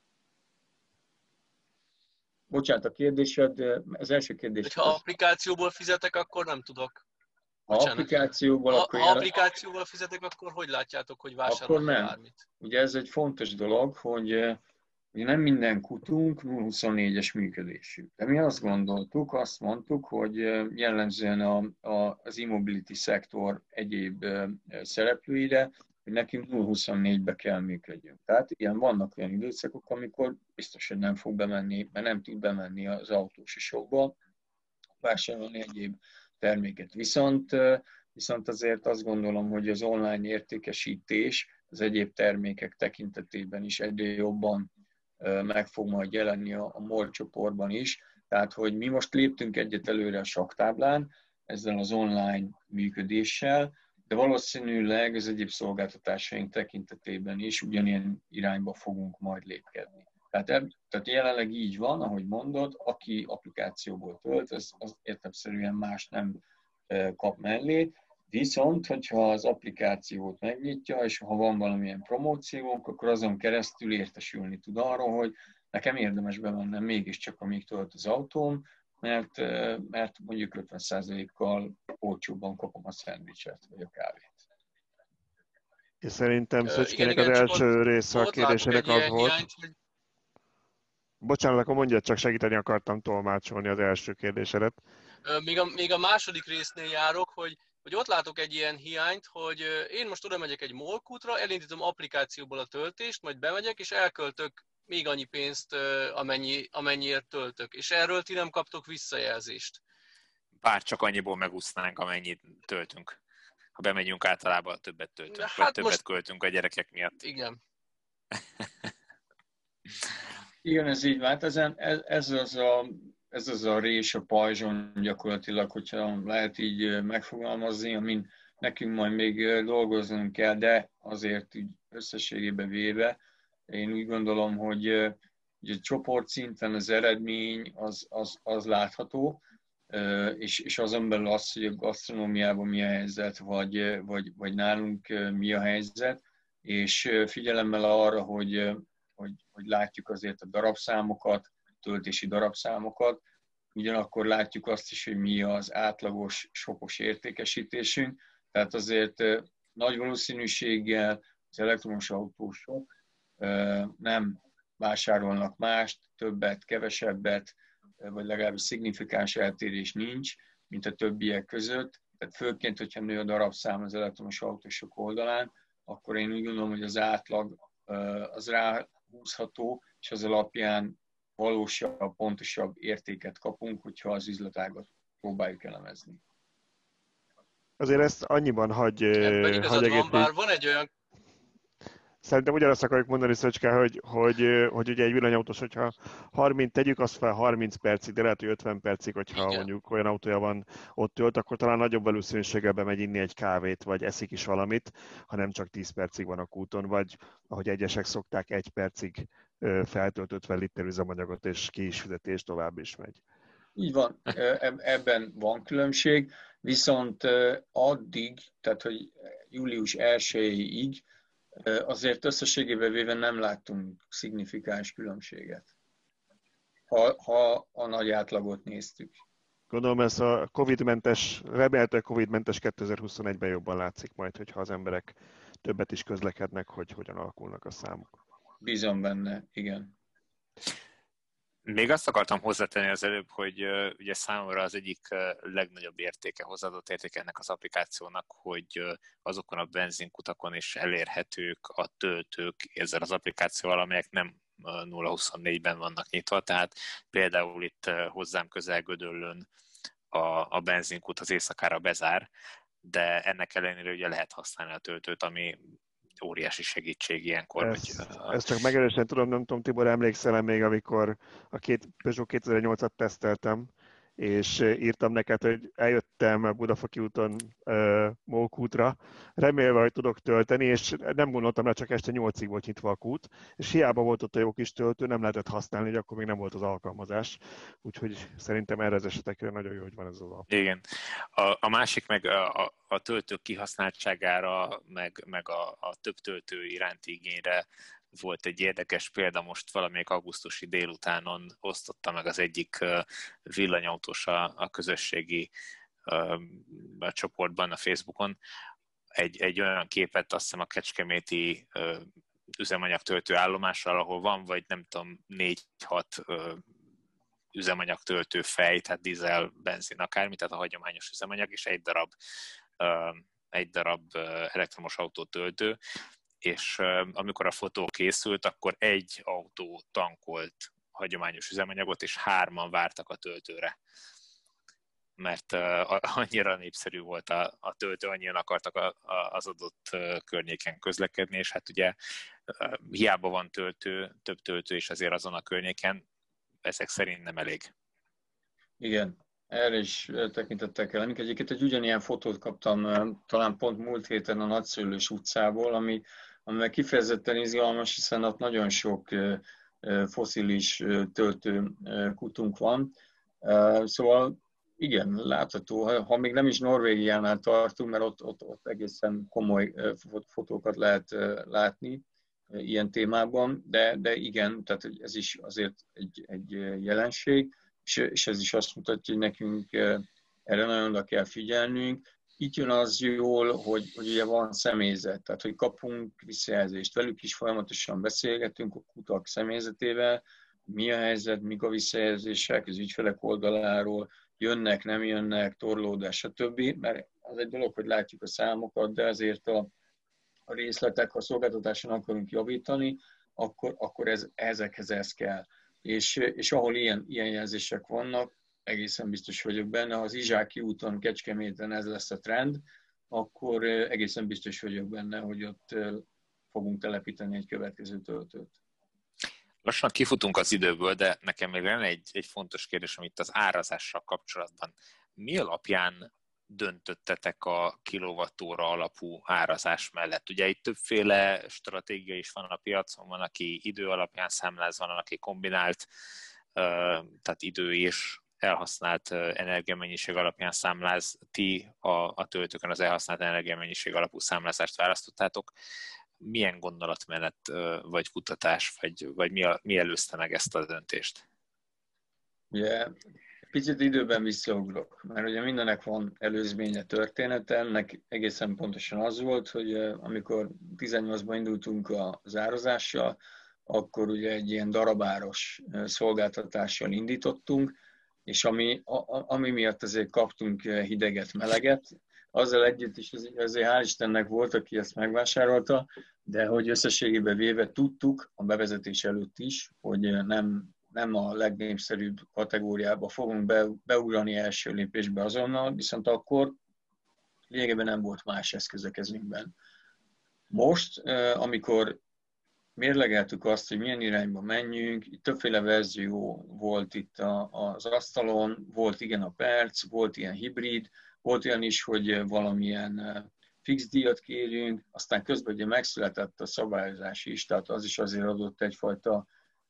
Bocsánat, a kérdésed, az első kérdés. Ha applikációból fizetek, akkor nem tudok. Ha applikációból, fizetek, akkor hogy látjátok, hogy vásárolnak bármit? Ugye ez egy fontos dolog, hogy nem minden kutunk 0-24-es működésű. De mi azt gondoltuk, azt mondtuk, hogy jellemzően az e-mobility szektor egyéb szereplőire, hogy nekünk 0-24-be kell működjünk. Tehát igen, vannak olyan időszakok, amikor biztos, hogy nem fog bemenni, mert nem tud bemenni az autós shopba, vásárolni egyéb terméket. Viszont azért azt gondolom, hogy az online értékesítés az egyéb termékek tekintetében is egyre jobban meg fog majd jelenni a MOL csoportban is. Tehát, hogy mi most léptünk egyet előre a saktáblán ezzel az online működéssel, de valószínűleg az egyéb szolgáltatásaink tekintetében is ugyanilyen irányba fogunk majd lépkedni. Tehát jelenleg így van, ahogy mondod, aki applikációból tölt, az értelemszerűen más nem kap mellé, viszont, hogyha az applikációt megnyitja, és ha van valamilyen promóciónk, akkor azon keresztül értesülni tud arról, hogy nekem érdemes bemennem mégiscsak, amíg tölt az autóm, mert mondjuk 50%-kal olcsóbban kapom a szendvicset, vagy a kávét. És szerintem Szöcskének az első része a kérdésének az volt. Bocsánat, akkor mondjad, csak segíteni akartam tolmácsolni az első kérdésedet. Még a második résznél járok, hogy ott látok egy ilyen hiányt, hogy én most oda megyek egy MOL kútra, elindítom applikációból a töltést, majd bemegyek, és elköltök még annyi pénzt, amennyiért töltök. És erről ti nem kaptok visszajelzést. Bár csak annyiból megúsznánk, amennyit töltünk. Ha bemegyünk, általában többet töltünk, hát vagy többet költünk a gyerekek miatt. Igen. Igen, ez így vált. Ez az a rés a pajzson gyakorlatilag, hogyha lehet így megfogalmazni, amin nekünk majd még dolgoznunk kell, de azért így összességében véve, én úgy gondolom, hogy a csoportszinten az eredmény az látható, és azon belül az, hogy a gasztronómiában mi a helyzet, vagy nálunk mi a helyzet, és figyelemmel arra, hogy látjuk azért a darabszámokat, töltési darabszámokat, ugyanakkor látjuk azt is, hogy mi az átlagos shopos értékesítésünk, tehát azért nagy valószínűséggel az elektromos autósok nem vásárolnak mást, többet, kevesebbet, vagy legalábbis szignifikáns eltérés nincs, mint a többiek között. Tehát főként, hogyha nő a darabszám az elektromos autósok oldalán, akkor én úgy gondolom, hogy az átlag az ráhúzható, és az alapján valósabb, pontosabb értéket kapunk, hogyha az üzletágat próbáljuk elemezni. Azért ezt annyiban hagy bár van egy olyan... Szerintem ugyanazt akarjuk mondani, Szöcske, hogy ugye egy villanyautós, hogyha 30 tegyük, azt fel 30 percig, de lehet, hogy 50 percig, hogyha igen, mondjuk olyan autója van, ott tölt, akkor talán nagyobb valószínűséggel bemegy inni egy kávét, vagy eszik is valamit, ha nem csak 10 percig van a kúton, vagy ahogy egyesek szokták, 1 percig feltölt 50 liter üzemanyagot, és ki is fizeti, és tovább is megy. Így van, ebben van különbség, viszont addig, tehát hogy július 1-ig azért összességében véve nem láttunk szignifikáns különbséget, ha a nagy átlagot néztük. Gondolom ez a Covid-mentes, remélhetőleg Covid-mentes 2021-ben jobban látszik majd, hogyha az emberek többet is közlekednek, hogy hogyan alakulnak a számok. Bízom benne, igen. Még azt akartam hozzátenni az előbb, hogy ugye számomra az egyik legnagyobb értéke, hozzáadott értéke ennek az applikációnak, hogy azokon a benzinkutakon is elérhetők a töltők ezzel az applikációval, amelyek nem 0-24-ben vannak nyitva, tehát például itt hozzám közel Gödöllőn a benzinkút az éjszakára bezár, de ennek ellenére ugye lehet használni a töltőt, ami óriási segítség ilyenkor. Ezt csak megerősíteni tudom, nem tudom, Tibor, emlékszel még, amikor a Peugeot 2008-at teszteltem, és írtam neked, hogy eljöttem Budafaki úton Mók útra, remélve, hogy tudok tölteni, és nem gondoltam rá, csak este 8-ig volt nyitva a kút, és hiába volt ott a jó kis töltő, nem lehetett használni, hogy akkor még nem volt az alkalmazás. Úgyhogy szerintem erre az esetekre nagyon jó, hogy van ez az app. Igen. A másik meg a töltők kihasználtságára, meg a több töltő iránti igényre volt egy érdekes példa, most valamelyik augusztusi délutánon osztotta meg az egyik villanyautós a közösségi a csoportban, a Facebookon egy olyan képet, azt hiszem a kecskeméti üzemanyagtöltő állomásról, ahol van, vagy nem tudom, 4-6 üzemanyagtöltő fej, tehát dízel, benzin, akármi, tehát a hagyományos üzemanyag, és egy darab elektromos autótöltő, és amikor a fotó készült, akkor egy autó tankolt hagyományos üzemanyagot, és 3-an vártak a töltőre. Mert annyira népszerű volt a töltő, annyian akartak az adott környéken közlekedni, és hát ugye hiába van több töltő is azért azon a környéken, ezek szerint nem elég. Igen, erre is tekintettel kell lenni. Egyébként egy ugyanilyen fotót kaptam talán pont múlt héten a Nagyszőlős utcából, amivel kifejezetten izgalmas, hiszen ott nagyon sok fosszilis töltőkutunk van. Szóval igen, látható, ha még nem is Norvégiánál tartunk, mert ott egészen komoly fotókat lehet látni ilyen témában, de igen, tehát ez is azért egy jelenség, és ez is azt mutatja, hogy nekünk erre nagyon oda kell figyelnünk. Itt jön az jól, hogy ugye van személyzet, tehát hogy kapunk visszajelzést. Velük is folyamatosan beszélgetünk a kutak személyzetével, mi a helyzet, mik a visszajelzések az ügyfelek oldaláról, jönnek, nem jönnek, torlódás, stb. Mert az egy dolog, hogy látjuk a számokat, de azért a részletek, ha szolgáltatáson akarunk javítani, akkor ezekhez ez kell. És ahol ilyen jelzések vannak, egészen biztos vagyok benne, ha az Izsáki úton, Kecskeméten ez lesz a trend, akkor egészen biztos vagyok benne, hogy ott fogunk telepíteni egy következő töltőt. Lassan kifutunk az időből, de nekem még lenne egy fontos kérdés, amit az árazással kapcsolatban. Mi alapján döntöttetek a kilovattóra alapú árazás mellett? Ugye itt többféle stratégia is van a piacon, van, aki idő alapján számláz, van, aki kombinált, tehát idő és elhasznált energiamennyiség alapján számláz. Ti a töltőkön az elhasznált energiamennyiség alapú számlázást választottátok. Milyen gondolat mellett, vagy kutatás, vagy mi előzte meg ezt a döntést? Ugye, picit időben visszaugrok, mert ugye mindennek van előzménye, története. Ennek egészen pontosan az volt, hogy amikor 18-ban indultunk az árazással, akkor ugye egy ilyen darabáros szolgáltatással indítottunk, és ami miatt azért kaptunk hideget, meleget, azzal együtt is azért hál' Istennek volt, aki ezt megvásárolta, de hogy összességében véve tudtuk a bevezetés előtt is, hogy nem a legnépszerűbb kategóriába fogunk beugrani első lépésbe azonnal, viszont akkor lényegében nem volt más eszköz a kezünkben. Most, amikor mérlegeltük azt, hogy milyen irányba menjünk, többféle verzió volt itt az asztalon, volt igen a perc, volt ilyen hibrid, volt olyan is, hogy valamilyen fix díjat kérjünk, aztán közben ugye megszületett a szabályozás is, tehát az is azért adott egyfajta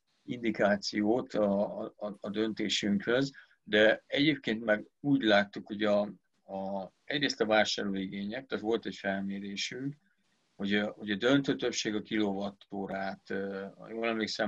indikációt a döntésünkhöz, de egyébként meg úgy láttuk, hogy egyrészt a vásárlóigények, tehát volt egy felmérésünk, hogy a döntő többség a kilowattórát, jól emlékszem,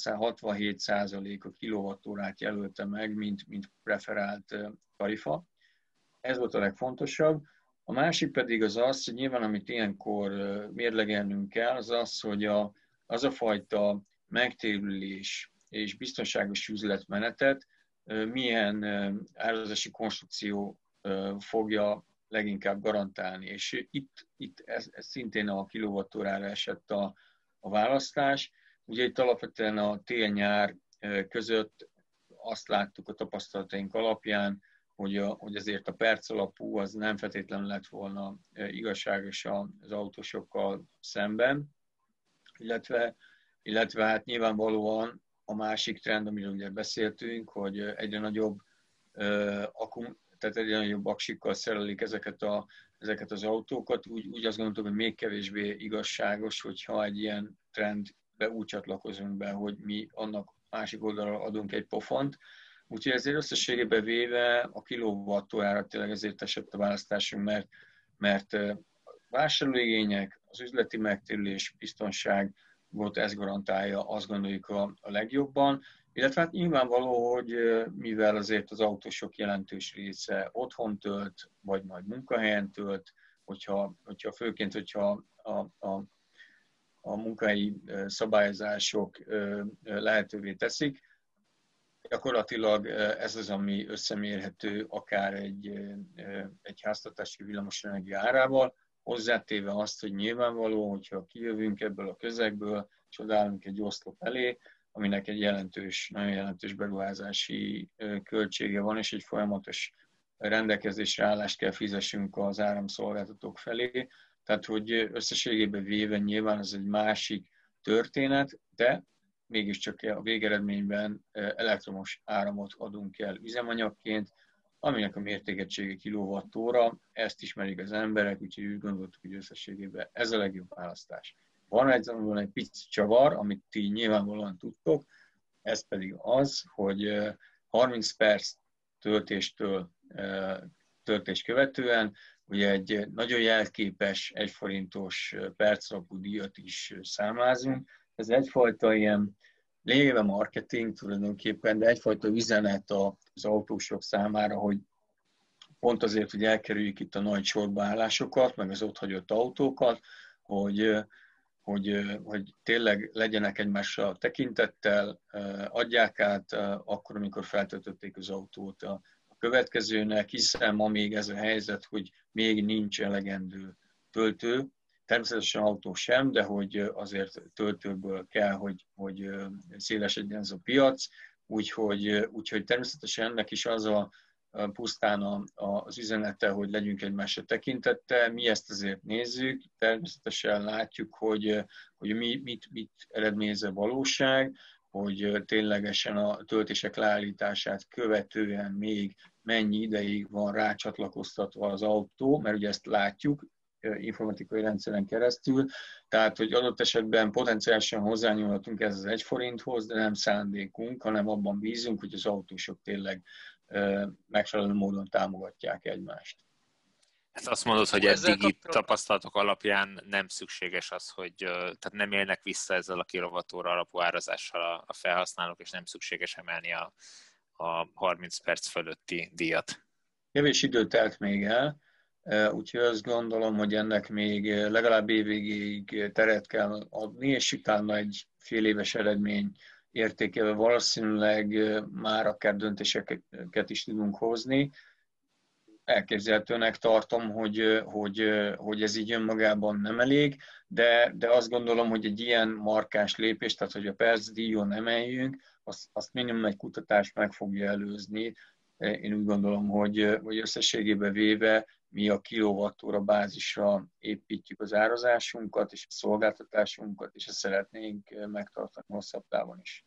67% a kilowattórát jelölte meg, mint preferált tarifa. Ez volt a legfontosabb. A másik pedig az, hogy nyilván amit ilyenkor mérlegelnünk kell, az, hogy az a fajta megtérülés, és biztonságos üzletmenetet milyen árazási konstrukció fogja leginkább garantálni. És itt ez szintén a kilovattórára esett a választás. Ugye itt alapvetően a tél-nyár között azt láttuk a tapasztalataink alapján, hogy azért a perc alapú az nem feltétlenül lett volna igazságos az autósokkal szemben, illetve hát nyilvánvalóan a másik trend, amiről ugye beszéltünk, hogy egyre nagyobb aksikkal szerelik ezeket az autókat, úgy azt gondoltuk, hogy még kevésbé igazságos, hogyha egy ilyen trendbe úgy csatlakozunk be, hogy mi annak másik oldalra adunk egy pofont. Úgyhogy ezért összességében véve a kilovattórára tényleg ezért esett a választásunk, mert vásárlóigények, az üzleti megtérülés, biztonság volt, ez garantálja, azt gondoljuk a legjobban. Illetve hát nyilvánvaló, hogy mivel azért az autósok jelentős része otthon tölt, vagy majd munkahelyen tölt, főként, hogyha a munkahelyi szabályozások lehetővé teszik, gyakorlatilag ez az, ami összemérhető akár egy háztartási villamosenergia árával, hozzátéve azt, hogy nyilvánvaló, hogyha kijövünk ebből a közegből, és odállunk egy oszlop elé, aminek egy nagyon jelentős beruházási költsége van, és egy folyamatos rendelkezésre állást kell fizessünk az áramszolgáltatók felé. Tehát, hogy összességében véve nyilván ez egy másik történet, de mégiscsak a végeredményben elektromos áramot adunk el üzemanyagként, aminek a mértékegysége kilowattóra, ezt ismerik az emberek, úgyhogy úgy gondoltuk, hogy összességében ez a legjobb választás. Van egy pici csavar, amit ti nyilvánvalóan tudtok, ez pedig az, hogy 30 perc töltés követően ugye egy nagyon jelképes 1 forintos percalapú díjat is számlázunk. Ez egyfajta ilyen lényegében marketing tulajdonképpen, de egyfajta üzenet az autósok számára, hogy pont azért, hogy elkerüljük itt a nagy sorbaállásokat, meg az ott hagyott autókat, hogy tényleg legyenek egymásra tekintettel, adják át akkor, amikor feltöltötték az autót a következőnek, hiszen ma még ez a helyzet, hogy még nincs elegendő töltő, természetesen autó sem, de hogy azért töltőből kell, hogy szélesedjen ez a piac, úgyhogy természetesen ennek is az pusztán az üzenete, hogy legyünk egymásra tekintettel. Mi ezt azért nézzük, természetesen látjuk, hogy mit eredményez a valóság, hogy ténylegesen a töltések leállítását követően még mennyi ideig van rácsatlakoztatva az autó, mert ugye ezt látjuk informatikai rendszeren keresztül, tehát hogy adott esetben potenciálisan hozzányúlhatunk ez az 1 forinthoz, de nem szándékunk, hanem abban bízunk, hogy az autósok tényleg megfelelő módon támogatják egymást. Hát azt mondod, hogy eddigi tapasztalatok alapján nem szükséges az, hogy tehát nem élnek vissza ezzel a kilowattóra alapú árazással a felhasználók, és nem szükséges emelni a 30 perc fölötti díjat. Kevés idő telt még el, úgyhogy azt gondolom, hogy ennek még legalább évvégéig teret kell adni, és utána egy fél éves eredmény értékelve valószínűleg már akár döntéseket is tudunk hozni. Elképzelhetőnek tartom, hogy ez így önmagában nem elég, de azt gondolom, hogy egy ilyen markáns lépés, tehát hogy a percdíjon emeljünk, azt minimum egy kutatás meg fogja előzni. Én úgy gondolom, hogy összességében véve mi a kilowattóra bázisra építjük az árazásunkat és a szolgáltatásunkat, és ezt szeretnénk megtartani hosszabb távon is.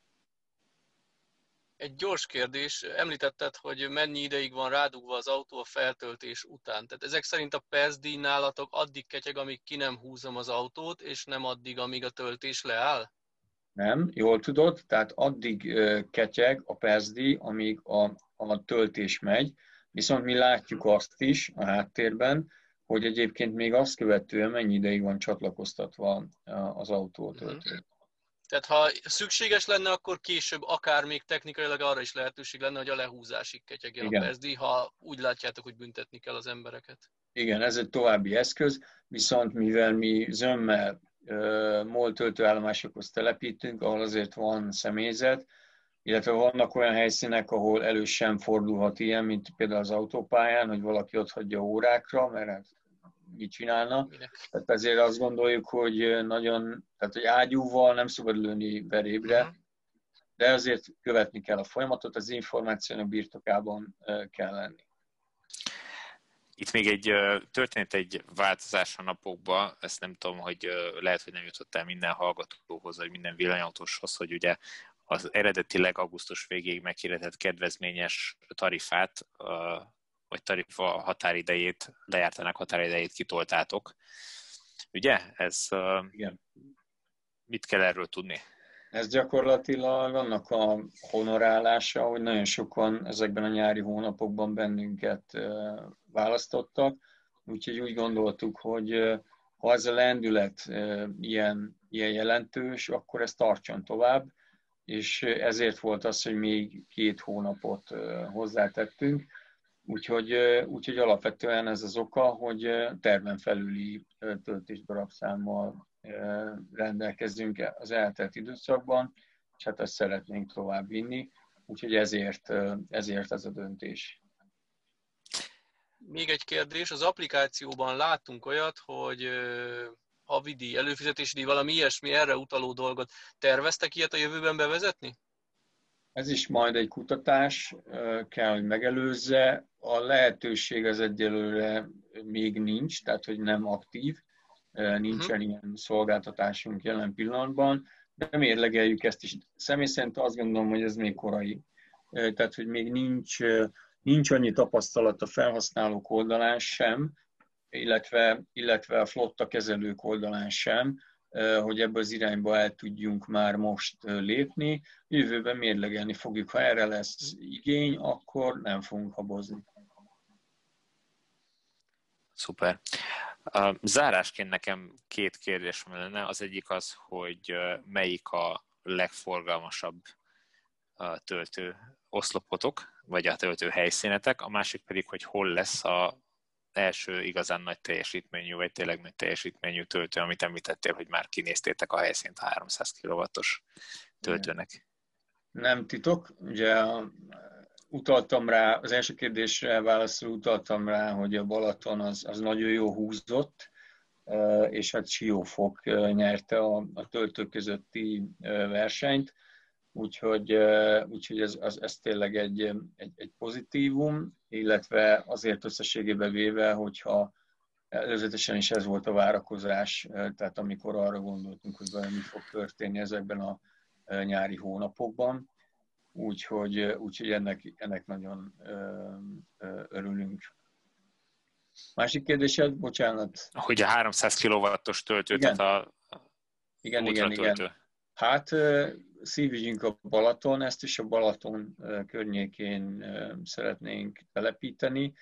Egy gyors kérdés, említetted, hogy mennyi ideig van rádugva az autó a feltöltés után. Tehát ezek szerint a percdíj nálatok addig ketyeg, amíg ki nem húzom az autót, és nem addig, amíg a töltés leáll? Nem, jól tudod, tehát addig ketyeg a percdíj, amíg a töltés megy, viszont mi látjuk azt is a háttérben, hogy egyébként még azt követően mennyi ideig van csatlakoztatva az autó töltő. Tehát ha szükséges lenne, akkor később akár még technikailag arra is lehetőség lenne, hogy a lehúzásig ketyegjen a percdíj, ha úgy látjátok, hogy büntetni kell az embereket. Igen, ez egy további eszköz, viszont mivel mi zömmel MOL töltőállomásokhoz telepítünk, ahol azért van személyzet, illetve vannak olyan helyszínek, ahol elő sem fordulhat ilyen, mint például az autópályán, hogy valaki ott hagyja órákra, mert hát mit csinálna. Tehát ezért azt gondoljuk, hogy tehát hogy ágyúval nem szabad lőni verébre, de azért követni kell a folyamatot, az információnak birtokában kell lenni. Itt még történt egy változás a napokban, ezt nem tudom, hogy lehet, hogy nem jutott el minden hallgatóhoz, vagy minden villanyautóshoz, hogy ugye az eredetileg augusztus végéig meghirdetett kedvezményes tarifát, vagy tarifa határidejét, lejártának határidejét kitoltátok. Ugye? Igen. Mit kell erről tudni? Ez gyakorlatilag annak a honorálása, hogy nagyon sokan ezekben a nyári hónapokban bennünket választottak, úgyhogy úgy gondoltuk, hogy ha ez a lendület ilyen jelentős, akkor ez tartson tovább, és ezért volt az, hogy még 2 hónapot hozzátettünk, úgyhogy alapvetően ez az oka, hogy terven felüli töltésdarabszámmal rendelkezünk az eltelt időszakban, és hát ezt szeretnénk tovább vinni, úgyhogy ezért ez a döntés. Még egy kérdés, az applikációban láttunk olyat, hogy havidíj, előfizetési díj, valami ilyesmi erre utaló dolgot. Terveztek ilyet a jövőben bevezetni? Ez is majd egy kutatás, kell, hogy megelőzze. A lehetőség az egyelőre még nincs, tehát hogy nem aktív, nincsen ilyen szolgáltatásunk jelen pillanatban, de mérlegeljük ezt is. Személy szerint azt gondolom, hogy ez még korai. Tehát, hogy még nincs annyi tapasztalat a felhasználók oldalán sem, illetve a flotta kezelők oldalán sem, hogy ebből az irányba el tudjunk már most lépni. Jövőben mérlegelni fogjuk, ha erre lesz igény, akkor nem fogunk habozni. Szuper. Zárásként nekem 2 kérdésem lenne. Az egyik az, hogy melyik a legforgalmasabb töltő oszlopotok, vagy a töltő helyszínetek, a másik pedig, hogy hol lesz az első igazán nagy teljesítményű, vagy tényleg nagy teljesítményű töltő, amit említettél, hogy már kinéztétek a helyszínt a 300 kW-os töltőnek. Nem titok, ugye utaltam rá, az első kérdésre válaszul utaltam rá, hogy a Balaton az nagyon jó húzott, és hát Siófok nyerte a töltők közötti versenyt, úgyhogy ez tényleg egy pozitívum, illetve azért összességében véve, hogyha előzetesen is ez volt a várakozás, tehát amikor arra gondoltunk, hogy valami fog történni ezekben a nyári hónapokban, úgyhogy ennek nagyon örülünk. Másik kérdésed, bocsánat. Hogy a 300 kW-os töltő, igen. Tehát Igen. Hát szívügyünk a Balaton, ezt is a Balaton környékén szeretnénk telepíteni.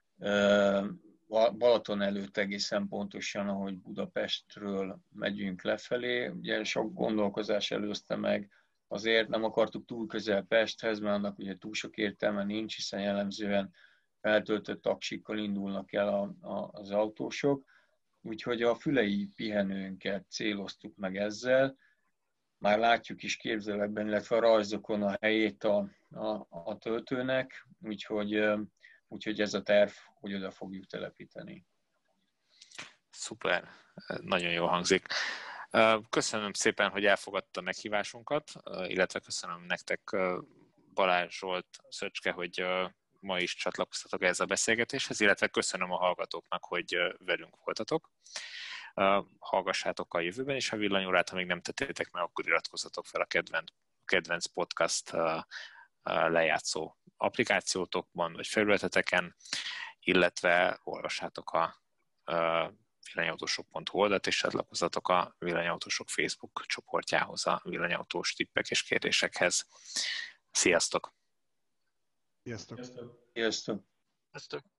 Balaton előtt egészen pontosan, ahogy Budapestről megyünk lefelé. Ugye sok gondolkozás előzte meg, azért nem akartuk túl közel Pesthez, mert annak ugye túl sok értelme nincs, hiszen jellemzően feltöltött taksikkal indulnak el az autósok. Úgyhogy a fülei pihenőnket céloztuk meg ezzel. Már látjuk is képzeletben, illetve a rajzokon a helyét a töltőnek, úgyhogy ez a terv, hogy oda fogjuk telepíteni. Szuper, nagyon jól hangzik. Köszönöm szépen, hogy elfogadta a meghívásunkat, illetve köszönöm nektek, Balázs, Zsolt, Szöcske, hogy ma is csatlakoztatok ehhez a beszélgetéshez, illetve köszönöm a hallgatóknak, hogy velünk voltatok. Hallgassátok a jövőben is a villanyórát, ha még nem tettétek meg, akkor iratkozzatok fel a kedvenc podcast lejátszó applikációtokban vagy felületeteken, illetve olvassátok a villanyautósok.hu oldalt, és csatlakozzatok a Villanyautósok Facebook csoportjához a villanyautós tippek és kérdésekhez. Sziasztok! Sziasztok! Sziasztok! Sziasztok!